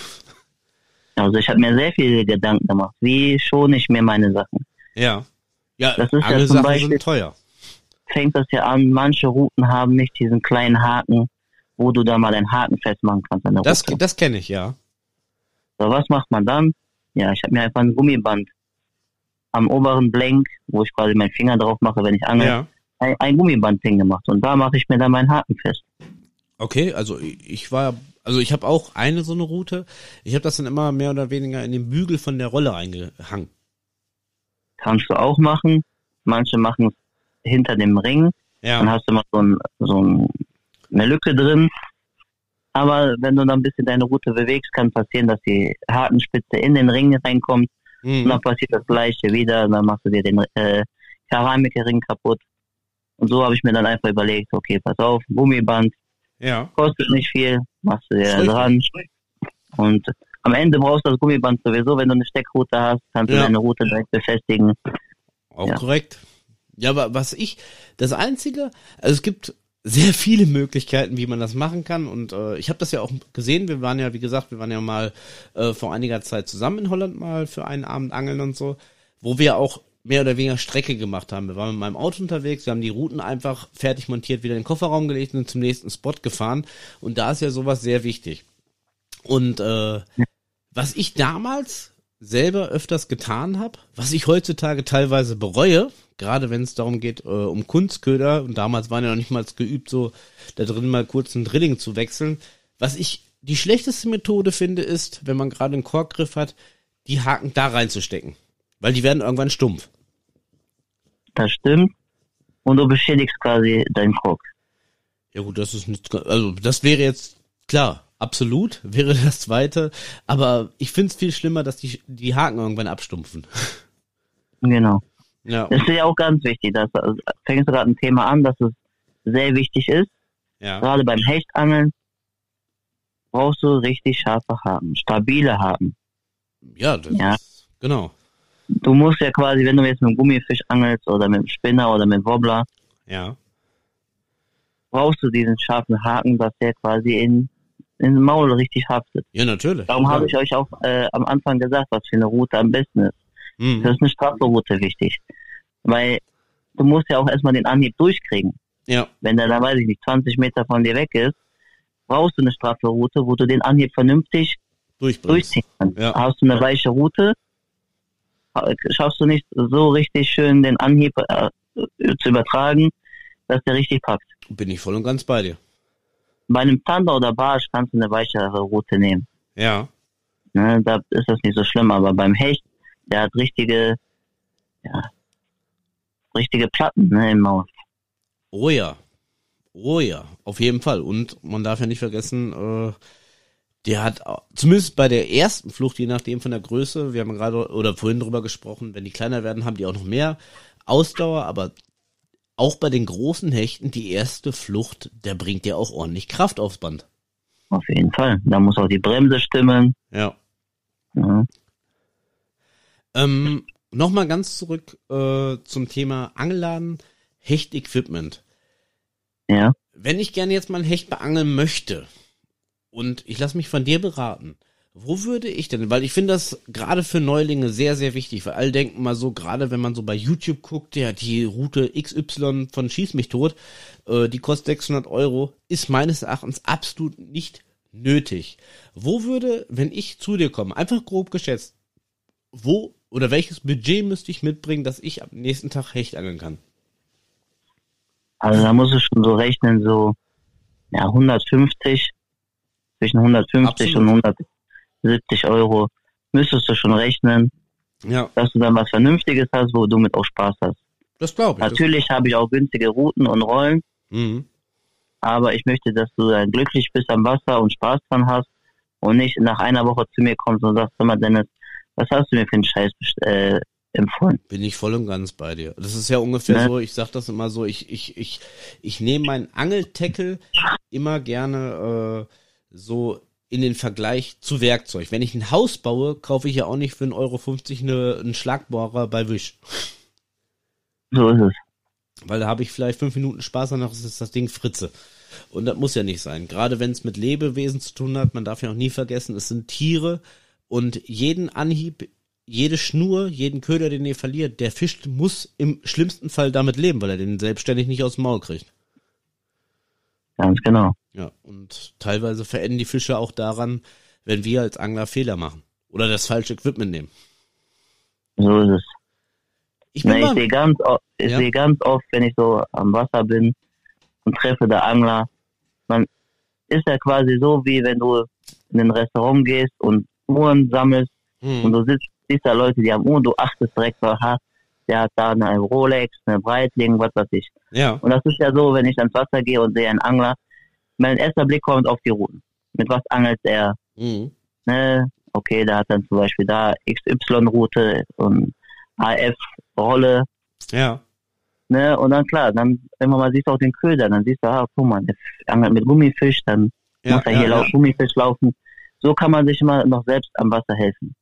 Also ich habe mir sehr viele Gedanken gemacht. Wie schone ich mir meine Sachen? Ja. Ja, das ist Angelsachen ja zum Beispiel, sind teuer. Fängt das ja an, manche Routen haben nicht diesen kleinen Haken, wo du da mal den Haken festmachen kannst an der Das, Route. das kenne ich, ja. So, was macht man dann? Ja, ich habe mir einfach ein Gummiband am oberen Blenk, wo ich quasi meinen Finger drauf mache, wenn ich angel, ja. ein, ein Gummiband hingemacht. Und da mache ich mir dann meinen Haken fest. Okay, also ich war, also ich habe auch eine so eine Route. Ich habe das dann immer mehr oder weniger in den Bügel von der Rolle reingehangen. Kannst du auch machen. Manche machen es hinter dem Ring. Ja. Dann hast du mal so, ein, so ein, eine Lücke drin. Aber wenn du dann ein bisschen deine Route bewegst, kann passieren, dass die Hakenspitze in den Ring reinkommt. Mhm. Und dann passiert das Gleiche wieder. Dann machst du dir den äh, Keramikring kaputt. Und so habe ich mir dann einfach überlegt, okay, pass auf, Gummiband. Ja. Kostet nicht viel, machst du dir dran. Und am Ende brauchst du das Gummiband sowieso, wenn du eine Steckroute hast, kannst ja. du deine Route direkt befestigen. Auch ja. korrekt. Ja, aber was ich, das Einzige, also es gibt sehr viele Möglichkeiten, wie man das machen kann und äh, ich habe das ja auch gesehen, wir waren ja, wie gesagt, wir waren ja mal äh, vor einiger Zeit zusammen in Holland mal für einen Abend angeln und so, wo wir auch mehr oder weniger Strecke gemacht haben. Wir waren mit meinem Auto unterwegs, wir haben die Routen einfach fertig montiert, wieder in den Kofferraum gelegt und zum nächsten Spot gefahren und da ist ja sowas sehr wichtig. Und äh, was ich damals selber öfters getan habe, was ich heutzutage teilweise bereue, gerade wenn es darum geht, äh, um Kunstköder, und damals waren ja noch nicht mal geübt, so da drin mal kurz ein Drilling zu wechseln. Was ich die schlechteste Methode finde, ist, wenn man gerade einen Korkgriff hat, die Haken da reinzustecken. Weil die werden irgendwann stumpf. das stimmt. Und du beschädigst quasi deinen Krog. Ja gut, das ist nicht, also das wäre jetzt, klar, absolut, wäre das zweite, aber ich find's viel schlimmer, dass die, die Haken irgendwann abstumpfen. Genau. Ja. Das ist ja auch ganz wichtig, dass, also, fängst du gerade ein Thema an, dass es sehr wichtig ist. Ja. Gerade beim Hechtangeln brauchst du richtig scharfe Haken, stabile Haken. Ja, das Ja. ist, genau. Du musst ja quasi, wenn du jetzt mit einem Gummifisch angelst oder mit einem Spinner oder mit einem Wobbler, Ja. brauchst du diesen scharfen Haken, dass der quasi in, in den Maul richtig haftet. Ja, natürlich. Darum ja. habe ich euch auch äh, am Anfang gesagt, was für eine Route am besten ist. Mhm. Das ist eine straffe Route wichtig. Weil du musst ja auch erstmal den Anhieb durchkriegen. Ja. Wenn der dann, weiß ich nicht, zwanzig Meter von dir weg ist, brauchst du eine straffe Route, wo du den Anhieb vernünftig Durchbringst. durchziehen kannst. Ja. Hast du eine weiche Route, schaffst du nicht so richtig schön den Anhieb äh, zu übertragen, dass der richtig packt. Bin ich voll und ganz bei dir. Bei einem Zander oder Barsch kannst du eine weichere Route nehmen. Ja. Ne, da ist das nicht so schlimm, aber beim Hecht, der hat richtige, ja, richtige Platten, ne, im Maul. Oh ja. Oh ja, auf jeden Fall. Und man darf ja nicht vergessen, äh, der hat, zumindest bei der ersten Flucht, je nachdem von der Größe, wir haben gerade oder vorhin drüber gesprochen, wenn die kleiner werden, haben die auch noch mehr Ausdauer, aber auch bei den großen Hechten, die erste Flucht, der bringt ja auch ordentlich Kraft aufs Band. Auf jeden Fall. Da muss auch die Bremse stimmen. Ja. Ja. Ähm, nochmal ganz zurück äh, zum Thema Angelladen, Hechtequipment. Ja. Wenn ich gerne jetzt mal ein Hecht beangeln möchte und ich lasse mich von dir beraten, wo würde ich denn, weil ich finde das gerade für Neulinge sehr, sehr wichtig, weil alle denken mal so, gerade wenn man so bei YouTube guckt, ja, die Route X Y von Schieß mich tot, äh, die kostet sechshundert Euro, ist meines Erachtens absolut nicht nötig. Wo würde, wenn ich zu dir komme, einfach grob geschätzt, wo oder welches Budget müsste ich mitbringen, dass ich am nächsten Tag Hecht angeln kann? Also da muss es schon so rechnen, so ja hundertfünfzig, zwischen hundertfünfzig Absolut. und hundertsiebzig Euro müsstest du schon rechnen, Ja, dass du dann was Vernünftiges hast, wo du mit auch Spaß hast. das glaube ich. Natürlich habe ich auch günstige Routen und Rollen, Das, mhm. aber ich möchte, dass du dann glücklich bist am Wasser und Spaß dran hast und nicht nach einer Woche zu mir kommst und sagst, hör mal Dennis, was hast du mir für einen Scheiß äh, empfohlen? Bin ich voll und ganz bei dir. Das ist ja ungefähr Ne? so, ich sag das immer so, ich, ich, ich, ich nehme meinen Angeltackle immer gerne äh, so in den Vergleich zu Werkzeug. Wenn ich ein Haus baue, kaufe ich ja auch nicht für einen Euro fünfzig eine, einen Schlagbohrer bei Wish. So ist es. Weil da habe ich vielleicht fünf Minuten Spaß, danach ist das Ding Fritze. Und das muss ja nicht sein. Gerade wenn es mit Lebewesen zu tun hat, man darf ja auch nie vergessen, es sind Tiere und jeden Anhieb, jede Schnur, jeden Köder, den ihr verliert, der Fisch muss im schlimmsten Fall damit leben, weil er den selbstständig nicht aus dem Maul kriegt. Ganz genau. Ja, und teilweise verenden die Fische auch daran, wenn wir als Angler Fehler machen oder das falsche Equipment nehmen. So ist es. Ich bin Ne, ich mal, sehe ganz, o- ich Ja. sehe ganz oft, wenn ich so am Wasser bin und treffe da Angler, man ist ja quasi so, wie wenn du in ein Restaurant gehst und Uhren sammelst und hm, du sitzt, siehst da Leute, die haben Uhren, du achtest direkt, aha, der hat da eine Rolex, eine Breitling, was weiß ich. ja, Und das ist ja so, wenn ich ans Wasser gehe und sehe einen Angler, mein erster Blick kommt auf die Routen. Mit was angelt er? hm, Ne? Okay, der hat dann zum Beispiel da X Y-Route und A F-Rolle. ja, Ne? Und dann klar, dann irgendwann mal siehst du auch den Köder, dann siehst du, ah, guck mal, der angelt mit Gummifisch, dann ja, muss er ja, hier ja. lau- Gummifisch laufen. So kann man sich immer noch selbst am Wasser helfen.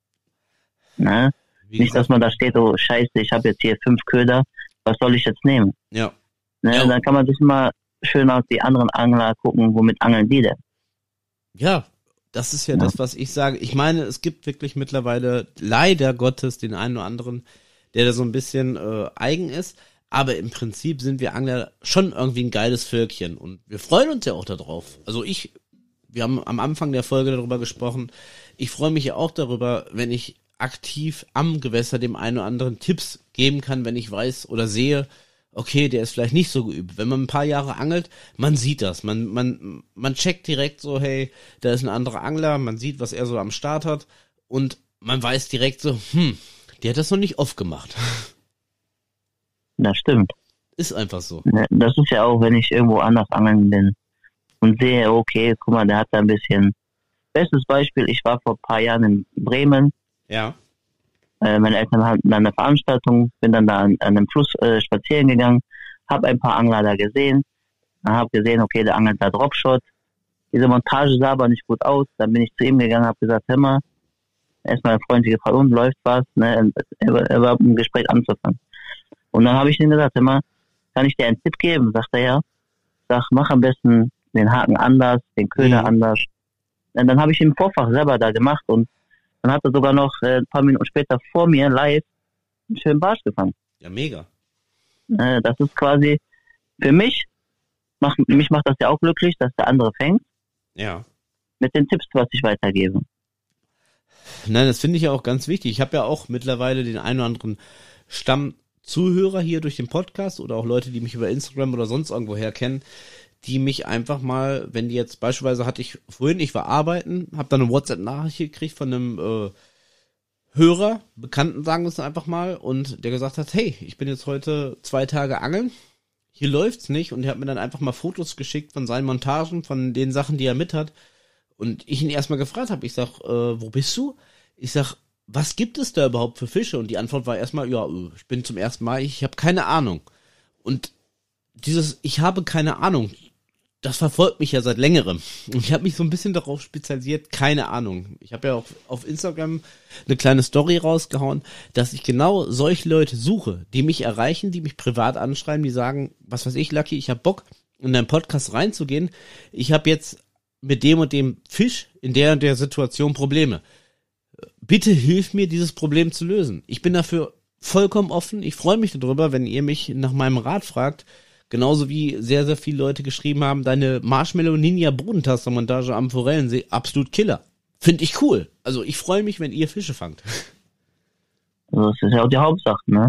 Ne? Wie Nicht, gesagt, dass man da steht, oh scheiße, ich habe jetzt hier fünf Köder, was soll ich jetzt nehmen? ja. Ne? Ja. Dann kann man sich immer schön auf die anderen Angler gucken, womit angeln die denn? Ja, das ist ja, Ja. das, was ich sage. Ich meine, es gibt wirklich mittlerweile leider Gottes den einen oder anderen, der da so ein bisschen äh, eigen ist. Aber im Prinzip sind wir Angler schon irgendwie ein geiles Völkchen und wir freuen uns ja auch darauf. Also ich, wir haben am Anfang der Folge darüber gesprochen, ich freue mich ja auch darüber, wenn ich aktiv am Gewässer dem einen oder anderen Tipps geben kann, wenn ich weiß oder sehe, okay, der ist vielleicht nicht so geübt. Wenn man ein paar Jahre angelt, man sieht das. Man, man, man checkt direkt so, hey, da ist ein anderer Angler, man sieht, was er so am Start hat und man weiß direkt so, hm, der hat das noch nicht oft gemacht. Das stimmt. Ist einfach so. Das ist ja auch, wenn ich irgendwo anders angeln bin und sehe, okay, guck mal, der hat da ein bisschen. Bestes Beispiel, ich war vor ein paar Jahren in Bremen. Ja. Äh, meine Eltern hatten dann eine Veranstaltung, bin dann da an, an einem Fluss äh, spazieren gegangen, habe ein paar Angler da gesehen, habe gesehen, okay, der angelt da Dropshot. Diese Montage sah aber nicht gut aus. Dann bin ich zu ihm gegangen, habe gesagt, hör mal, erstmal freundlich gefragt, und läuft was, ne, er, er war im Gespräch anzufangen. Und dann habe ich ihm gesagt, hör mal, kann ich dir einen Tipp geben? Sagt er, ja. Sag, mach am besten den Haken anders, den Köder mhm. anders. Und dann habe ich im Vorfach selber da gemacht und dann hat er sogar noch äh, ein paar Minuten später vor mir live einen schönen Barsch gefangen. Ja, mega. Äh, das ist quasi für mich, macht, mich macht das ja auch glücklich, dass der andere fängt. Ja. Mit den Tipps, was ich weitergebe. Nein, das finde ich ja auch ganz wichtig. Ich habe ja auch mittlerweile den einen oder anderen Stammzuhörer hier durch den Podcast oder auch Leute, die mich über Instagram oder sonst irgendwoher kennen, die mich einfach mal, wenn die jetzt beispielsweise hatte ich vorhin, ich war arbeiten, habe dann eine WhatsApp-Nachricht gekriegt von einem äh, Hörer, Bekannten sagen wir es einfach mal, und der gesagt hat, hey, ich bin jetzt heute zwei Tage angeln, hier läuft's nicht, und er hat mir dann einfach mal Fotos geschickt von seinen Montagen, von den Sachen, die er mit hat, und ich ihn erstmal gefragt habe, ich sag, äh, wo bist du? Ich sag, was gibt es da überhaupt für Fische? Und die Antwort war erstmal, ja, ich bin zum ersten Mal, ich habe keine Ahnung. Und dieses, ich habe keine Ahnung, das verfolgt mich ja seit längerem. Und ich habe mich so ein bisschen darauf spezialisiert, keine Ahnung. Ich habe ja auch auf Instagram eine kleine Story rausgehauen, dass ich genau solche Leute suche, die mich erreichen, die mich privat anschreiben, die sagen, was weiß ich, Lucky, ich habe Bock, in deinen Podcast reinzugehen. Ich habe jetzt mit dem und dem Fisch in der und der Situation Probleme. Bitte hilf mir, dieses Problem zu lösen. Ich bin dafür vollkommen offen. Ich freue mich darüber, wenn ihr mich nach meinem Rat fragt. Genauso wie sehr, sehr viele Leute geschrieben haben, deine Marshmallow Ninja Bodentastermontage am Forellensee, absolut Killer. Finde ich cool. Also ich freue mich, wenn ihr Fische fangt. Also das ist ja auch die Hauptsache, ne?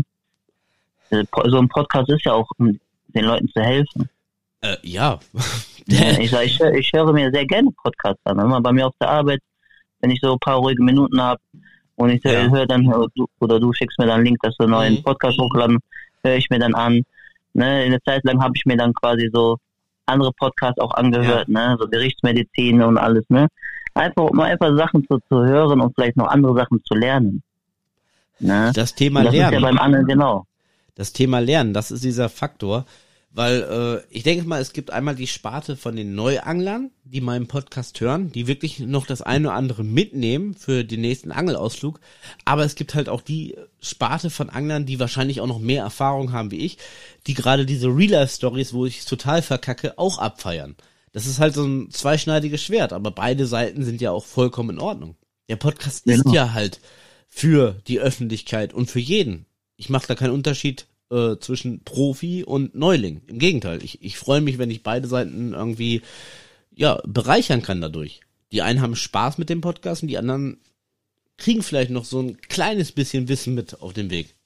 So ein Podcast ist ja auch, um den Leuten zu helfen. Äh, ja. ja ich, ich, ich höre mir sehr gerne Podcasts an. Immer bei mir auf der Arbeit, wenn ich so ein paar ruhige Minuten habe und ich ja. höre dann, oder du schickst mir dann einen Link, dass du einen neuen mhm. Podcast hochladen, höre ich mir dann an. Ne, in der Zeit lang habe ich mir dann quasi so andere Podcasts auch angehört, ja. ne, so Gerichtsmedizin und alles, ne. Einfach, um einfach Sachen zu, zu hören und vielleicht noch andere Sachen zu lernen. Ne? Das Thema das Lernen. Das ist ja beim anderen genau. Das Thema Lernen, das ist dieser Faktor, weil äh, ich denke mal, es gibt einmal die Sparte von den Neuanglern, die meinen Podcast hören, die wirklich noch das eine oder andere mitnehmen für den nächsten Angelausflug, aber es gibt halt auch die Sparte von Anglern, die wahrscheinlich auch noch mehr Erfahrung haben wie ich, die gerade diese Real-Life-Stories, wo ich total verkacke, auch abfeiern. Das ist halt so ein zweischneidiges Schwert, aber beide Seiten sind ja auch vollkommen in Ordnung. Der Podcast genau. ist ja halt für die Öffentlichkeit und für jeden. Ich mache da keinen Unterschied äh, zwischen Profi und Neuling. Im Gegenteil, ich, ich freue mich, wenn ich beide Seiten irgendwie ja bereichern kann dadurch. Die einen haben Spaß mit dem Podcast und die anderen kriegen vielleicht noch so ein kleines bisschen Wissen mit auf den Weg.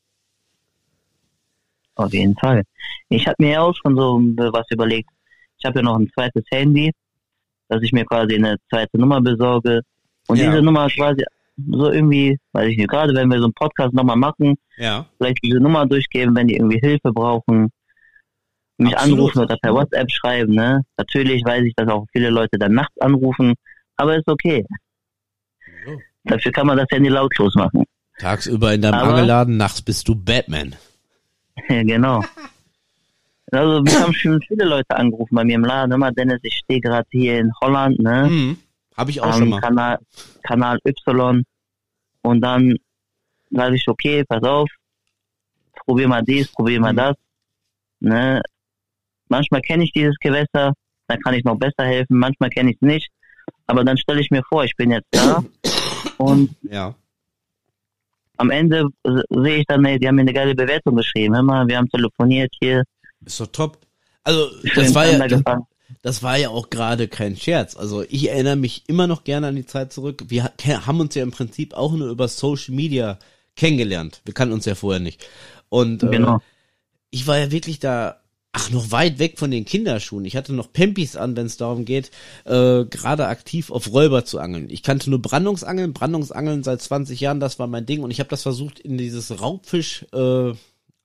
Auf jeden Fall. Ich habe mir ja auch schon so was überlegt. Ich habe ja noch ein zweites Handy, dass ich mir quasi eine zweite Nummer besorge. Und ja. diese Nummer quasi so irgendwie, weiß ich nicht, gerade wenn wir so einen Podcast nochmal machen, ja. vielleicht diese Nummer durchgeben, wenn die irgendwie Hilfe brauchen, mich Absolut. anrufen oder per WhatsApp schreiben, ne? Natürlich weiß ich, dass auch viele Leute dann nachts anrufen, aber ist okay. So. Dafür kann man das Handy lautlos machen. Tagsüber in deinem aber, Angelladen, nachts bist du Batman. Ja, genau. Also wir haben schon viele Leute angerufen bei mir im Laden. Immer Dennis, ich stehe gerade hier in Holland, ne? Mhm. Habe ich auch am schon mal. Kanal, Kanal Y. Und dann sage ich, okay, pass auf, probier mal dies, probier mal mhm. das. Ne? Manchmal kenne ich dieses Gewässer, dann kann ich noch besser helfen. Manchmal kenne ich es nicht. Aber dann stelle ich mir vor, ich bin jetzt da und ja. am Ende sehe ich dann, ey, die haben mir eine geile Bewertung geschrieben. Hör mal, wir haben telefoniert hier. Ist doch top. Also das war ja das, das war ja auch gerade kein Scherz. Also ich erinnere mich immer noch gerne an die Zeit zurück. Wir haben uns ja im Prinzip auch nur über Social Media kennengelernt. Wir kannten uns ja vorher nicht. Und genau. äh, ich war ja wirklich da, ach, noch weit weg von den Kinderschuhen. Ich hatte noch Pempis an, wenn es darum geht, äh, gerade aktiv auf Räuber zu angeln. Ich kannte nur Brandungsangeln, Brandungsangeln seit zwanzig Jahren, das war mein Ding. Und ich habe das versucht, in dieses Raubfisch äh,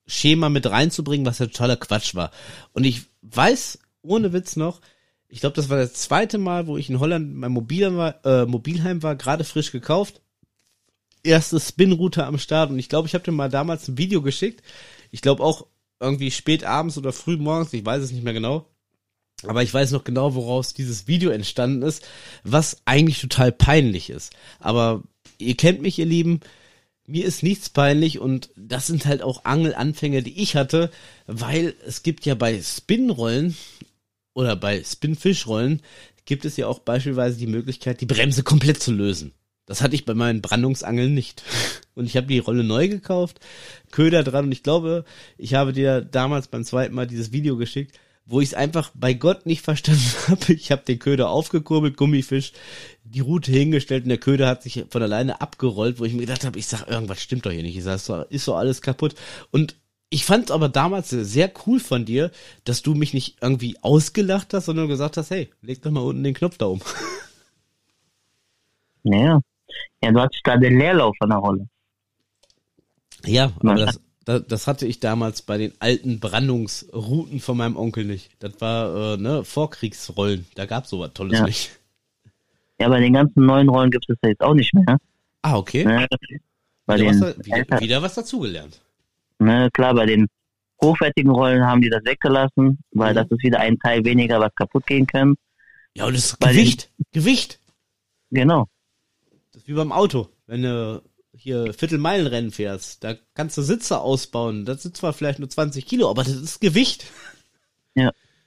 Schema mit reinzubringen, was ja totaler Quatsch war. Und ich weiß, ohne Witz noch, ich glaube, das war das zweite Mal, wo ich in Holland mein Mobilheim war, äh, Mobilheim war, gerade frisch gekauft. Erste Spin-Router am Start und ich glaube, ich habe dir mal damals ein Video geschickt. Ich glaube auch irgendwie spät abends oder früh morgens, ich weiß es nicht mehr genau. Aber ich weiß noch genau, woraus dieses Video entstanden ist, was eigentlich total peinlich ist. Aber ihr kennt mich, ihr Lieben, mir ist nichts peinlich und das sind halt auch Angelanfänge, die ich hatte, weil es gibt ja bei Spinrollen oder bei Spinfish-Rollen gibt es ja auch beispielsweise die Möglichkeit, die Bremse komplett zu lösen. Das hatte ich bei meinen Brandungsangeln nicht. Und ich habe die Rolle neu gekauft, Köder dran und ich glaube, ich habe dir damals beim zweiten Mal dieses Video geschickt, wo ich es einfach bei Gott nicht verstanden habe. Ich habe den Köder aufgekurbelt, Gummifisch, die Route hingestellt und der Köder hat sich von alleine abgerollt, wo ich mir gedacht habe, ich sag, irgendwas stimmt doch hier nicht. Ich sag, ist so, ist so alles kaputt. Und ich fand es aber damals sehr cool von dir, dass du mich nicht irgendwie ausgelacht hast, sondern gesagt hast, hey, leg doch mal unten den Knopf da um. Naja. Ja, du hattest da den Leerlauf von der Rolle. Ja, aber das, das, das hatte ich damals bei den alten Brandungsrouten von meinem Onkel nicht. Das war, äh, ne, Vorkriegsrollen. Da gab's sowas Tolles ja. nicht. Ja, bei den ganzen neuen Rollen gibt es das jetzt auch nicht mehr. Ah, okay. Ne? Bei wieder, den, was da, wieder, wieder was dazugelernt. Ne, klar, bei den hochwertigen Rollen haben die das weggelassen, weil mhm. das ist wieder ein Teil weniger, was kaputt gehen kann. Ja, und das ist bei Gewicht. Den, Gewicht. Genau. Das ist wie beim Auto. Wenn du hier Viertelmeilenrennen fährst, da kannst du Sitze ausbauen. Das sind zwar vielleicht nur zwanzig Kilo, aber das ist Gewicht. Ja.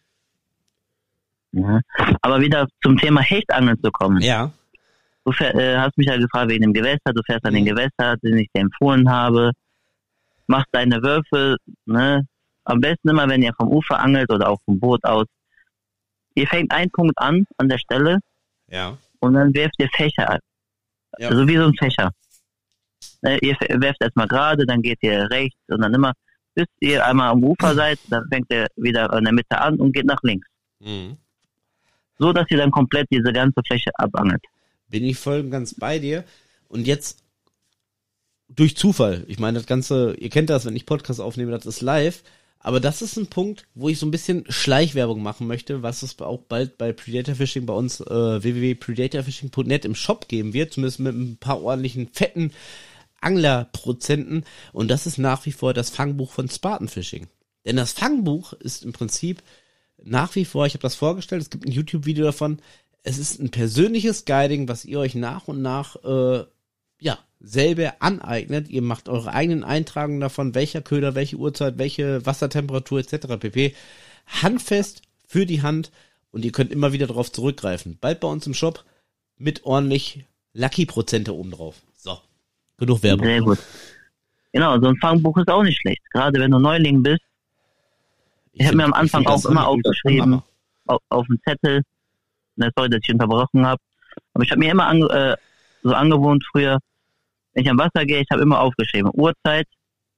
ja. Aber wieder zum Thema Hechtangeln zu kommen. Ja. Du fähr, äh, hast mich ja gefragt wegen dem Gewässer. Du fährst an den Gewässer, den ich dir empfohlen habe. Machst deine Würfel, ne? Am besten immer, wenn ihr vom Ufer angelt oder auch vom Boot aus. Ihr fängt einen Punkt an, an der Stelle. Ja. Und dann werft ihr Fächer an. Ja. Also wie so ein Fächer. Ne, ihr werft erstmal gerade, dann geht ihr rechts und dann immer, bis ihr einmal am Ufer seid, dann fängt ihr wieder in der Mitte an und geht nach links. Mhm. So, dass ihr dann komplett diese ganze Fläche abangelt. Bin ich voll und ganz bei dir. Und jetzt durch Zufall. Ich meine, das Ganze, ihr kennt das, wenn ich Podcast aufnehme, das ist live. Aber das ist ein Punkt, wo ich so ein bisschen Schleichwerbung machen möchte, was es auch bald bei Predator Fishing bei uns äh, w w w punkt predator fishing punkt net im Shop geben wird, zumindest mit ein paar ordentlichen fetten Anglerprozenten. Und das ist nach wie vor das Fangbuch von Spartan Fishing. Denn das Fangbuch ist im Prinzip nach wie vor, ich habe das vorgestellt, es gibt ein YouTube-Video davon, es ist ein persönliches Guiding, was ihr euch nach und nach äh, ja selber aneignet. Ihr macht eure eigenen Eintragungen davon, welcher Köder, welche Uhrzeit, welche Wassertemperatur et cetera pp. Handfest für die Hand und ihr könnt immer wieder darauf zurückgreifen. Bald bei uns im Shop mit ordentlich Lucky-Prozente oben drauf. So, genug Werbung. Sehr gut. Genau, so ein Fangbuch ist auch nicht schlecht. Gerade wenn du Neuling bist. Ich, ich habe mir am Anfang auch immer aufgeschrieben, auf, auf einen Zettel. Sorry, dass ich unterbrochen habe. Aber ich habe mir immer ange, äh, so angewohnt früher, wenn ich am Wasser gehe, ich habe immer aufgeschrieben, Uhrzeit,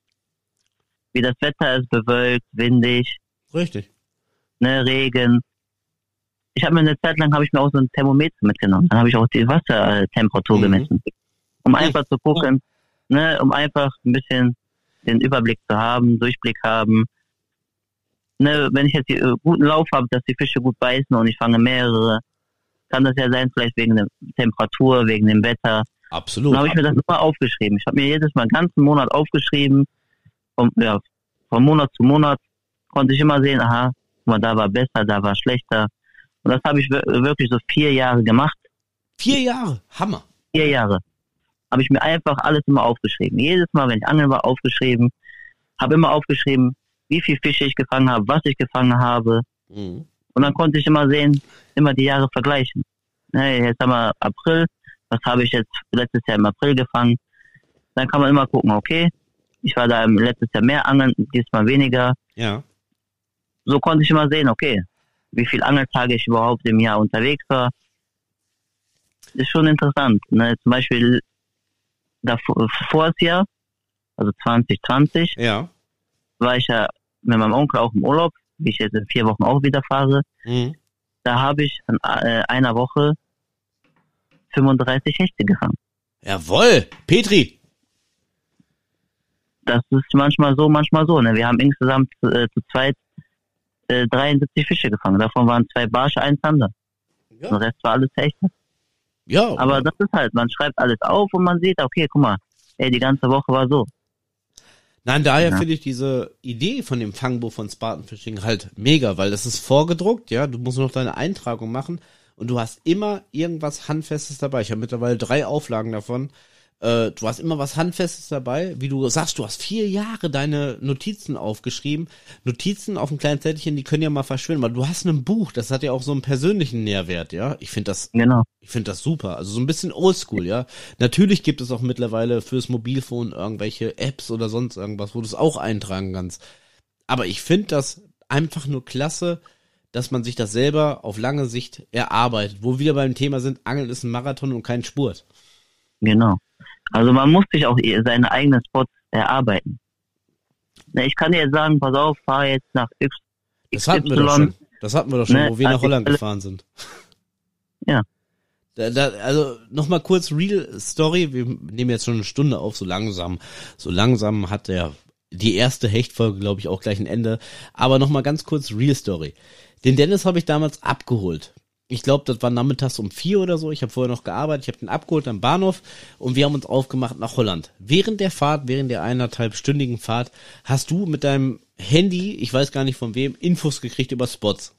wie das Wetter ist, bewölkt, windig. Richtig. Ne, Regen. Ich habe mir eine Zeit lang, habe ich mir auch so ein Thermometer mitgenommen. Dann habe ich auch die Wassertemperatur mhm. gemessen. Um mhm. einfach zu gucken, ne, um einfach ein bisschen den Überblick zu haben, Durchblick haben. Ne, wenn ich jetzt einen guten Lauf habe, dass die Fische gut beißen und ich fange mehrere, kann das ja sein, vielleicht wegen der Temperatur, wegen dem Wetter. Absolut. Dann habe ich mir das immer aufgeschrieben. Ich habe mir jedes Mal einen ganzen Monat aufgeschrieben. Vom, ja, von Monat zu Monat konnte ich immer sehen, aha, guck mal, da war besser, da war schlechter. Und das habe ich wirklich so vier Jahre gemacht. Vier Jahre? Hammer. Vier Jahre. Habe ich mir einfach alles immer aufgeschrieben. Jedes Mal, wenn ich angeln war, aufgeschrieben. Habe immer aufgeschrieben, wie viel Fische ich gefangen habe, was ich gefangen habe. Mhm. Und dann konnte ich immer sehen, immer die Jahre vergleichen. Ne, jetzt haben wir April, was habe ich jetzt letztes Jahr im April gefangen? Dann kann man immer gucken, okay, ich war da im letztes Jahr mehr angeln, diesmal weniger. Ja. So konnte ich immer sehen, okay, wie viele Angeltage ich überhaupt im Jahr unterwegs war. Ist schon interessant. Ne? Zum Beispiel davor, vor das Jahr, also zwanzig zwanzig, ja. war ich ja mit meinem Onkel auch im Urlaub, wie ich jetzt in vier Wochen auch wieder fahre. Mhm. Da habe ich in äh, einer Woche fünfunddreißig Hechte gefangen. Jawohl, Petri. das ist manchmal so, manchmal so. Ne? Wir haben insgesamt äh, zu zweit äh, dreiundsiebzig Fische gefangen. Davon waren zwei Barsche, ein Zander. Ja. Der Rest war alles Hechte. Ja. Aber ja. Das ist halt, man schreibt alles auf und man sieht, okay, guck mal, ey, die ganze Woche war so. Nein, daher ja. finde ich diese Idee von dem Fangbuch von Spartan Fishing halt mega, weil das ist vorgedruckt, ja, du musst noch deine Eintragung machen und du hast immer irgendwas Handfestes dabei. Ich habe mittlerweile drei Auflagen davon. Äh, du hast immer was Handfestes dabei, wie du sagst, du hast vier Jahre deine Notizen aufgeschrieben. Notizen auf einem kleinen Zettelchen, die können ja mal verschwinden, aber du hast ein Buch, das hat ja auch so einen persönlichen Nährwert, ja. Ich finde das, genau. ich finde das super. Also so ein bisschen oldschool, ja. Natürlich gibt es auch mittlerweile fürs Mobilphone irgendwelche Apps oder sonst irgendwas, wo du es auch eintragen kannst. Aber ich finde das einfach nur klasse, dass man sich das selber auf lange Sicht erarbeitet. Wo wir wieder beim Thema sind, Angeln ist ein Marathon und kein Spurt. Genau. Also man muss sich auch seine eigenen Spots erarbeiten. Ich kann dir jetzt sagen, pass auf, fahr jetzt nach X. Das hatten wir doch schon. Das hatten wir doch schon, ne, wo wir nach Holland gefahren sind. Ja. Da, da, also nochmal kurz Real Story. Wir nehmen jetzt schon eine Stunde auf, so langsam. So langsam hat der die erste Hechtfolge, glaube ich, auch gleich ein Ende. Aber nochmal ganz kurz Real Story. Den Dennis habe ich damals abgeholt. Ich glaube, das war nachmittags um vier oder so. Ich habe vorher noch gearbeitet. Ich habe den abgeholt am Bahnhof und wir haben uns aufgemacht nach Holland. Während der Fahrt, während der eineinhalbstündigen Fahrt, hast du mit deinem Handy, ich weiß gar nicht von wem, Infos gekriegt über Spots.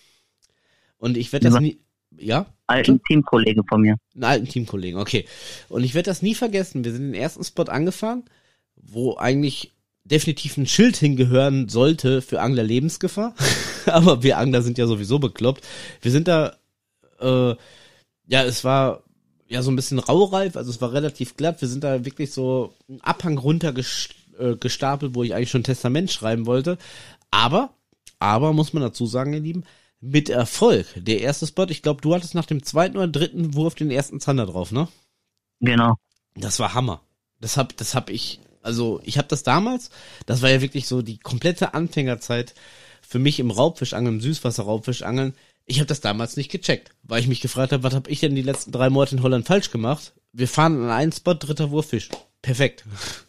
Und ich werde das nie, ja? Alten Teamkollegen von mir. Einen alten Teamkollegen, okay. Und ich werde das nie vergessen. Wir sind den ersten Spot angefahren, wo eigentlich definitiv ein Schild hingehören sollte für Angler Lebensgefahr. Aber wir Angler sind ja sowieso bekloppt. Wir sind da, äh, ja, es war ja so ein bisschen raureif, also es war relativ glatt. Wir sind da wirklich so einen Abhang runter gest- äh, gestapelt, wo ich eigentlich schon ein Testament schreiben wollte. Aber, aber muss man dazu sagen, ihr Lieben, mit Erfolg. Der erste Spot, ich glaube, du hattest nach dem zweiten oder dritten Wurf den ersten Zander drauf, ne? Genau. Das war Hammer. Das hab, das hab ich, also ich habe das damals, das war ja wirklich so die komplette Anfängerzeit für mich im Raubfischangeln, im Süßwasser-Raubfischangeln. Ich habe das damals nicht gecheckt, weil ich mich gefragt habe, was habe ich denn die letzten drei Monate in Holland falsch gemacht? Wir fahren an einen Spot, dritter Wurf Fisch. Perfekt.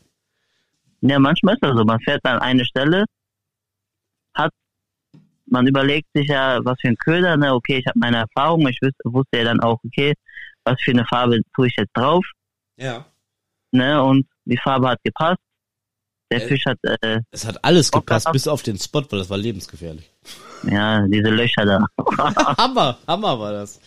Ja, manchmal ist das so. Man fährt an eine Stelle, hat, man überlegt sich ja, was für ein Köder, ne, okay, ich habe meine Erfahrung, ich wusste, wusste ja dann auch, okay, was für eine Farbe tue ich jetzt drauf. Ja. Ne, und die Farbe hat gepasst. Der äh, Fisch hat, äh, Es hat alles gepasst, bis auf den Spot, weil das war lebensgefährlich. Ja, diese Löcher da. Hammer, Hammer war das.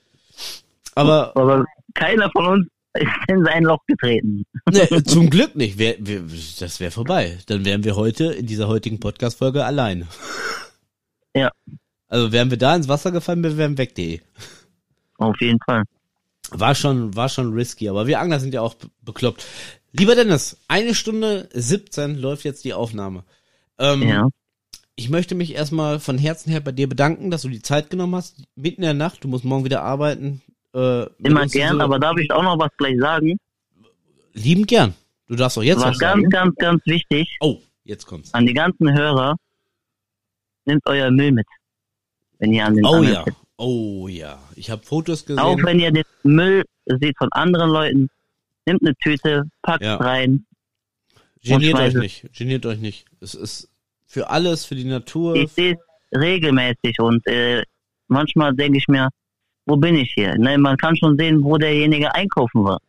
Aber, Aber keiner von uns ist in sein Loch getreten. Ne, zum Glück nicht. Wir, wir, das wäre vorbei. Dann wären wir heute in dieser heutigen Podcast-Folge allein. Ja. Also wären wir da ins Wasser gefallen, wir wären weg.de. Auf jeden Fall. War schon, war schon risky, aber wir Angler sind ja auch be- bekloppt. Lieber Dennis, eine Stunde siebzehn läuft jetzt die Aufnahme. Ähm, ja. Ich möchte mich erstmal von Herzen her bei dir bedanken, dass du die Zeit genommen hast. Mitten in der Nacht, du musst morgen wieder arbeiten. Äh, Immer gern, so, aber darf ich auch noch was gleich sagen? Liebend gern. Du darfst auch jetzt was, was ganz, sagen. ganz, ganz wichtig. Oh, jetzt kommt's. An die ganzen Hörer, nehmt euer Müll mit. Wenn ihr an den Oh ja, seid. oh ja. Ich habe Fotos gesehen. Auch wenn ihr den Müll seht von anderen Leuten, nehmt eine Tüte, packt ja. rein. Geniert euch nicht, geniert euch nicht. Es ist für alles, für die Natur. Ich sehe es regelmäßig und äh, manchmal denke ich mir, wo bin ich hier? Ne, man kann schon sehen, wo derjenige einkaufen war.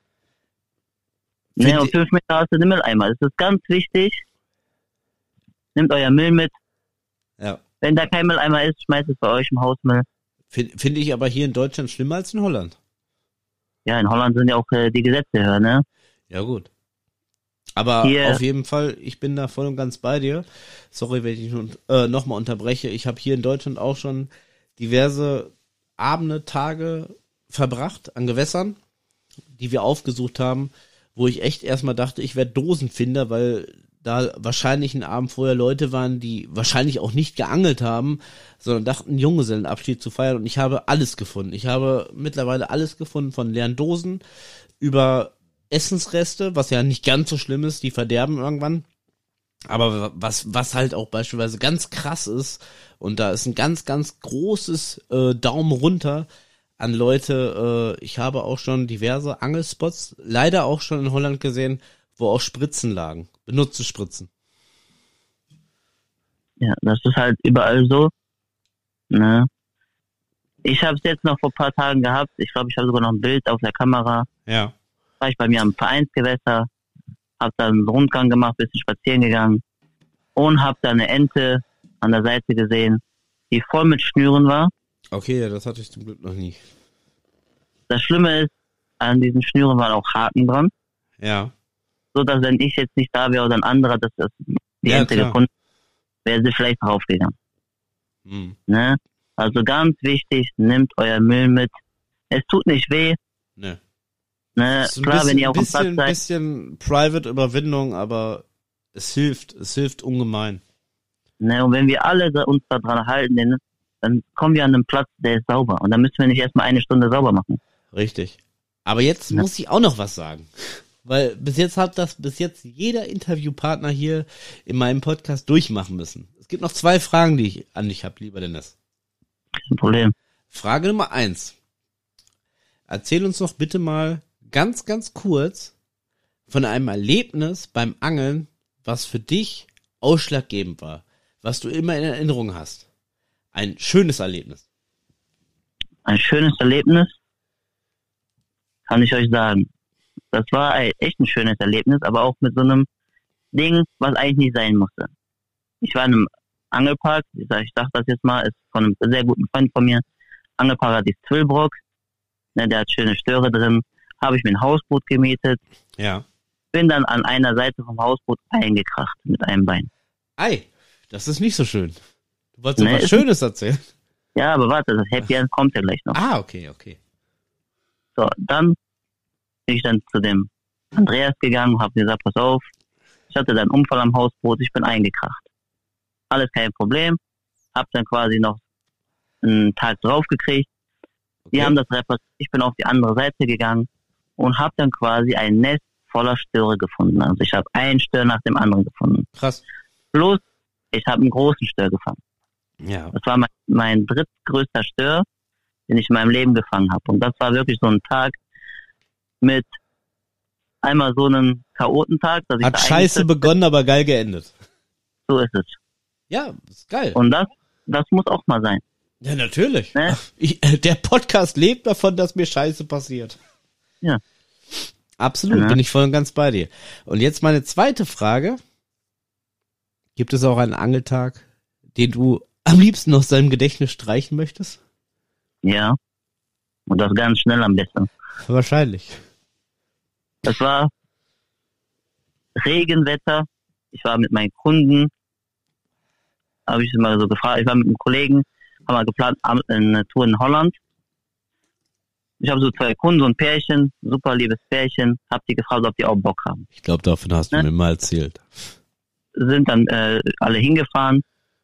Ne, und fünf Meter hast du den Mülleimer. Das ist ganz wichtig. Nehmt euer Müll mit. Ja. Wenn da kein Mülleimer ist, schmeißt es bei euch im Hausmüll. Finde find ich aber hier in Deutschland schlimmer als in Holland. Ja, in Holland sind ja auch äh, die Gesetze höher, ne? Ja, gut. Aber hier, auf jeden Fall, ich bin da voll und ganz bei dir. Sorry, wenn ich äh, nochmal unterbreche. Ich habe hier in Deutschland auch schon diverse Abende, Tage verbracht an Gewässern, die wir aufgesucht haben, wo ich echt erstmal dachte, ich werde Dosenfinder, weil da wahrscheinlich einen Abend vorher Leute waren, die wahrscheinlich auch nicht geangelt haben, sondern dachten, Junggesellenabschied zu feiern. Und ich habe alles gefunden. Ich habe mittlerweile alles gefunden, von leeren Dosen über Essensreste, was ja nicht ganz so schlimm ist, die verderben irgendwann. Aber was was halt auch beispielsweise ganz krass ist, und da ist ein ganz, ganz großes äh, Daumen runter an Leute, äh, ich habe auch schon diverse Angelspots, leider auch schon in Holland gesehen, wo auch Spritzen lagen. Benutzte Spritzen. Ja, das ist halt überall so. Ne? Ich habe es jetzt noch vor ein paar Tagen gehabt. Ich glaube, ich habe sogar noch ein Bild auf der Kamera. Ja. War ich bei mir am Vereinsgewässer, habe dann einen Rundgang gemacht, bisschen spazieren gegangen und habe da eine Ente an der Seite gesehen, die voll mit Schnüren war. Okay, das hatte ich zum Glück noch nie. Das Schlimme ist, an diesen Schnüren waren auch Haken dran. Ja. So dass wenn ich jetzt nicht da wäre oder ein anderer, das, das die Ja, Ente klar. gefunden, wäre sie vielleicht draufgegangen. Hm. Ne? Also ganz wichtig, nehmt euer Müll mit. Es tut nicht weh. Ne. Ne? Das ist ein Klar, bisschen, wenn ihr auf dem bisschen, Platz seid. bisschen Private Überwindung, aber es hilft, es hilft ungemein. Ne? Und wenn wir alle da, uns da dran halten, dann, dann kommen wir an einen Platz, der ist sauber. Und dann müssen wir nicht erstmal eine Stunde sauber machen. Richtig. Aber jetzt Ja. muss ich auch noch was sagen. Weil bis jetzt hat das bis jetzt jeder Interviewpartner hier in meinem Podcast durchmachen müssen. Es gibt noch zwei Fragen, die ich an dich habe, lieber Dennis. Kein Problem. Frage Nummer eins. Erzähl uns doch bitte mal ganz, ganz kurz von einem Erlebnis beim Angeln, was für dich ausschlaggebend war, was du immer in Erinnerung hast. Ein schönes Erlebnis. Ein schönes Erlebnis, kann ich euch sagen. Das war ein, echt ein schönes Erlebnis, aber auch mit so einem Ding, was eigentlich nicht sein musste. Ich war in einem Angelpark, ich sag, ich sag das jetzt mal, ist von einem sehr guten Freund von mir. Angelparadies Zwillbrock, ne, der hat schöne Störe drin. Habe ich mir ein Hausboot gemietet, Ja. bin dann an einer Seite vom Hausboot eingekracht mit einem Bein. Ei, das ist nicht so schön. Du wolltest Nee, doch was ist- Schönes erzählen. Ja, aber warte, das Happy End kommt ja gleich noch. Ah, okay, okay. So, dann bin ich dann zu dem Andreas gegangen und habe gesagt, pass auf, ich hatte dann einen Unfall am Hausboot, ich bin eingekracht. Alles kein Problem, hab dann quasi noch einen Tag drauf gekriegt. Die Okay. haben das repariert, ich bin auf die andere Seite gegangen und habe dann quasi ein Nest voller Störe gefunden. Also ich habe einen Stör nach dem anderen gefunden. Krass. Plus, ich habe einen großen Stör gefangen. Ja. Das war mein, mein drittgrößter Stör, den ich in meinem Leben gefangen habe. Und das war wirklich so ein Tag mit einmal so einem Chaotentag, dass ich Hat da scheiße eingesetzt- begonnen, aber geil geendet. So ist es. Ja, ist geil. Und das, das muss auch mal sein. Ja, natürlich. Ne? Ach, ich, äh, der Podcast lebt davon, dass mir Scheiße passiert. Ja. Absolut, Ja. bin ich voll und ganz bei dir. Und jetzt meine zweite Frage. Gibt es auch einen Angeltag, den du am liebsten aus deinem Gedächtnis streichen möchtest? Ja. Und das ganz schnell am besten. Wahrscheinlich. Das war Regenwetter. Ich war mit meinen Kunden, habe ich mal so gefragt, ich war mit einem Kollegen, haben wir geplant, am- eine Tour in Holland. Ich habe so zwei Kunden, so ein Pärchen, super liebes Pärchen, hab die gefragt, ob die auch Bock haben. Ich glaube, davon hast du Ne? mir mal erzählt. Sind dann äh, alle hingefahren.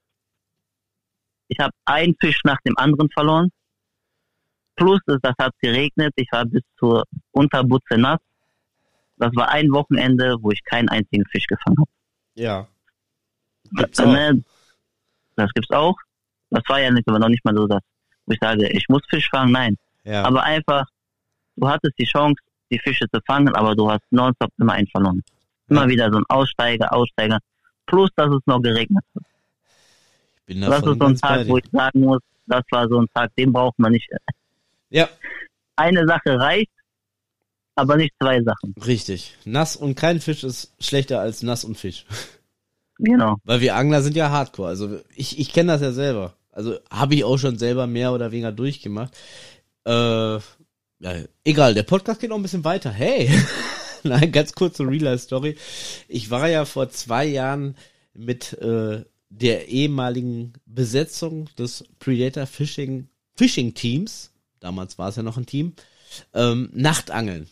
Ich habe einen Fisch nach dem anderen verloren. Plus, es- das hat geregnet. Ich war bis zur Unterbutze nass. Das war ein Wochenende, wo ich keinen einzigen Fisch gefangen habe. Ja. Das, ne, das gibt's auch. Das war ja nicht, aber noch nicht mal so, dass wo ich sage, ich muss Fisch fangen. Nein. Ja. Aber einfach, du hattest die Chance, die Fische zu fangen, aber du hast nonstop immer einen verloren. Immer Ja. wieder so ein Aussteiger, Aussteiger. Plus, dass es noch geregnet hat. Ich bin Das davon ist so ein ganz bei Tag, wo dir. ich sagen muss, das war so ein Tag, den braucht man nicht. Ja, Eine Sache reicht, aber nicht zwei Sachen. richtig. Nass und kein Fisch ist schlechter als nass und Fisch. Genau. Weil wir Angler sind ja Hardcore. Also ich, ich kenne das ja selber. Also habe ich auch schon selber mehr oder weniger durchgemacht. Äh, ja, egal, der Podcast geht noch ein bisschen weiter. Hey! Nein, ganz kurze Real-Life-Story. Ich war ja vor zwei Jahren mit äh, der ehemaligen Besetzung des Predator Fishing Fishing Teams, damals war es ja noch ein Team, ähm, Nachtangeln.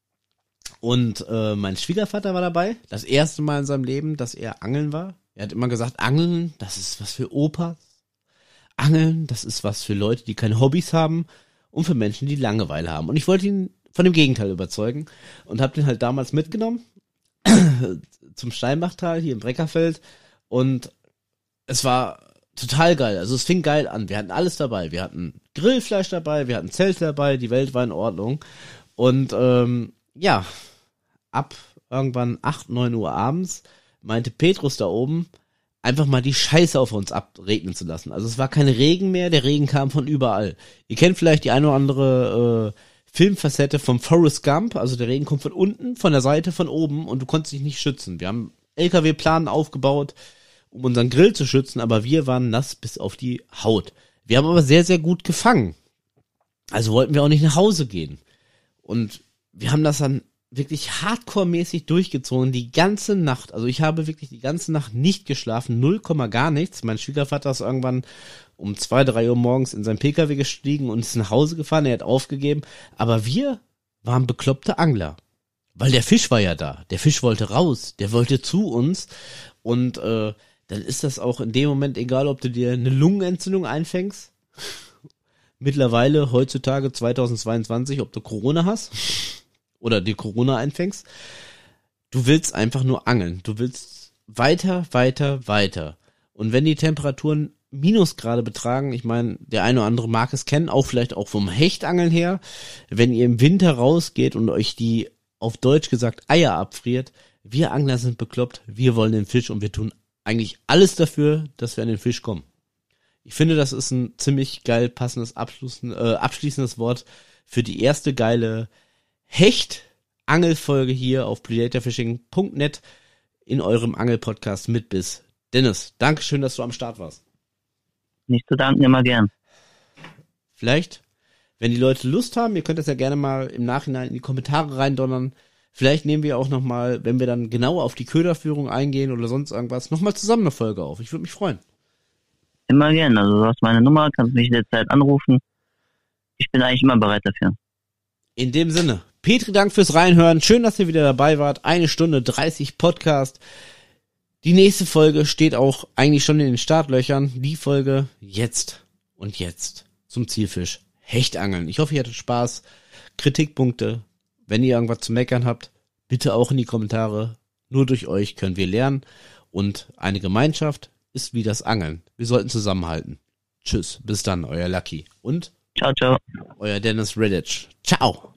Und äh, mein Schwiegervater war dabei, das erste Mal in seinem Leben, dass er angeln war. Er hat immer gesagt, Angeln, das ist was für Opas. Angeln, das ist was für Leute, die keine Hobbys haben und für Menschen, die Langeweile haben. Und ich wollte ihn von dem Gegenteil überzeugen und habe den halt damals mitgenommen zum Steinbachtal hier im Breckerfeld und es war total geil. Also es fing geil an. Wir hatten alles dabei. Wir hatten Grillfleisch dabei, wir hatten Zelte dabei, die Welt war in Ordnung. Und ähm, ja, ab irgendwann acht, neun Uhr abends, meinte Petrus da oben, einfach mal die Scheiße auf uns abregnen zu lassen. Also es war kein Regen mehr, der Regen kam von überall. Ihr kennt vielleicht die eine oder andere äh, Filmfacette vom Forrest Gump, also der Regen kommt von unten, von der Seite, von oben und du konntest dich nicht schützen. Wir haben L K W-Planen aufgebaut, um unseren Grill zu schützen, aber wir waren nass bis auf die Haut. Wir haben aber sehr, sehr gut gefangen. Also wollten wir auch nicht nach Hause gehen. Und wir haben das dann wirklich hardcore-mäßig durchgezogen, die ganze Nacht. Also ich habe wirklich die ganze Nacht nicht geschlafen, null Komma gar nichts. Mein Schwiegervater ist irgendwann um zwei, drei Uhr morgens in sein P K W gestiegen und ist nach Hause gefahren, er hat aufgegeben. Aber wir waren bekloppte Angler. Weil der Fisch war ja da. Der Fisch wollte raus, der wollte zu uns. Und äh, dann ist das auch in dem Moment egal, ob du dir eine Lungenentzündung einfängst. Mittlerweile, heutzutage zweitausendzweiundzwanzig, ob du Corona hast oder dir Corona einfängst. Du willst einfach nur angeln. Du willst weiter, weiter, weiter. Und wenn die Temperaturen Minusgrade betragen, ich meine, der eine oder andere mag es kennen, auch vielleicht auch vom Hechtangeln her, wenn ihr im Winter rausgeht und euch die, auf Deutsch gesagt, Eier abfriert, wir Angler sind bekloppt, wir wollen den Fisch und wir tun eigentlich alles dafür, dass wir an den Fisch kommen. Ich finde, das ist ein ziemlich geil passendes Abschluss, äh, abschließendes Wort für die erste geile Hecht-Angelfolge hier auf predator fishing punkt net in eurem Angelpodcast mit Biss. Dennis, Dankeschön, dass du am Start warst. Nicht zu danken, immer gern. Vielleicht, wenn die Leute Lust haben, ihr könnt das ja gerne mal im Nachhinein in die Kommentare reindonnern. Vielleicht nehmen wir auch nochmal, wenn wir dann genauer auf die Köderführung eingehen oder sonst irgendwas, nochmal zusammen eine Folge auf. Ich würde mich freuen. Immer gern. Also du hast meine Nummer, kannst mich jederzeit anrufen. Ich bin eigentlich immer bereit dafür. In dem Sinne, Petri, Dank fürs Reinhören. Schön, dass ihr wieder dabei wart. Eine Stunde dreißig Podcast. Die nächste Folge steht auch eigentlich schon in den Startlöchern. Die Folge jetzt und jetzt zum Zielfisch Hechtangeln. Ich hoffe, ihr hattet Spaß. Kritikpunkte, wenn ihr irgendwas zu meckern habt, bitte auch in die Kommentare. Nur durch euch können wir lernen. Und eine Gemeinschaft ist wie das Angeln. Wir sollten zusammenhalten. Tschüss, bis dann, euer Lucky. Und ciao, ciao. Euer Dennis Redditch. Ciao.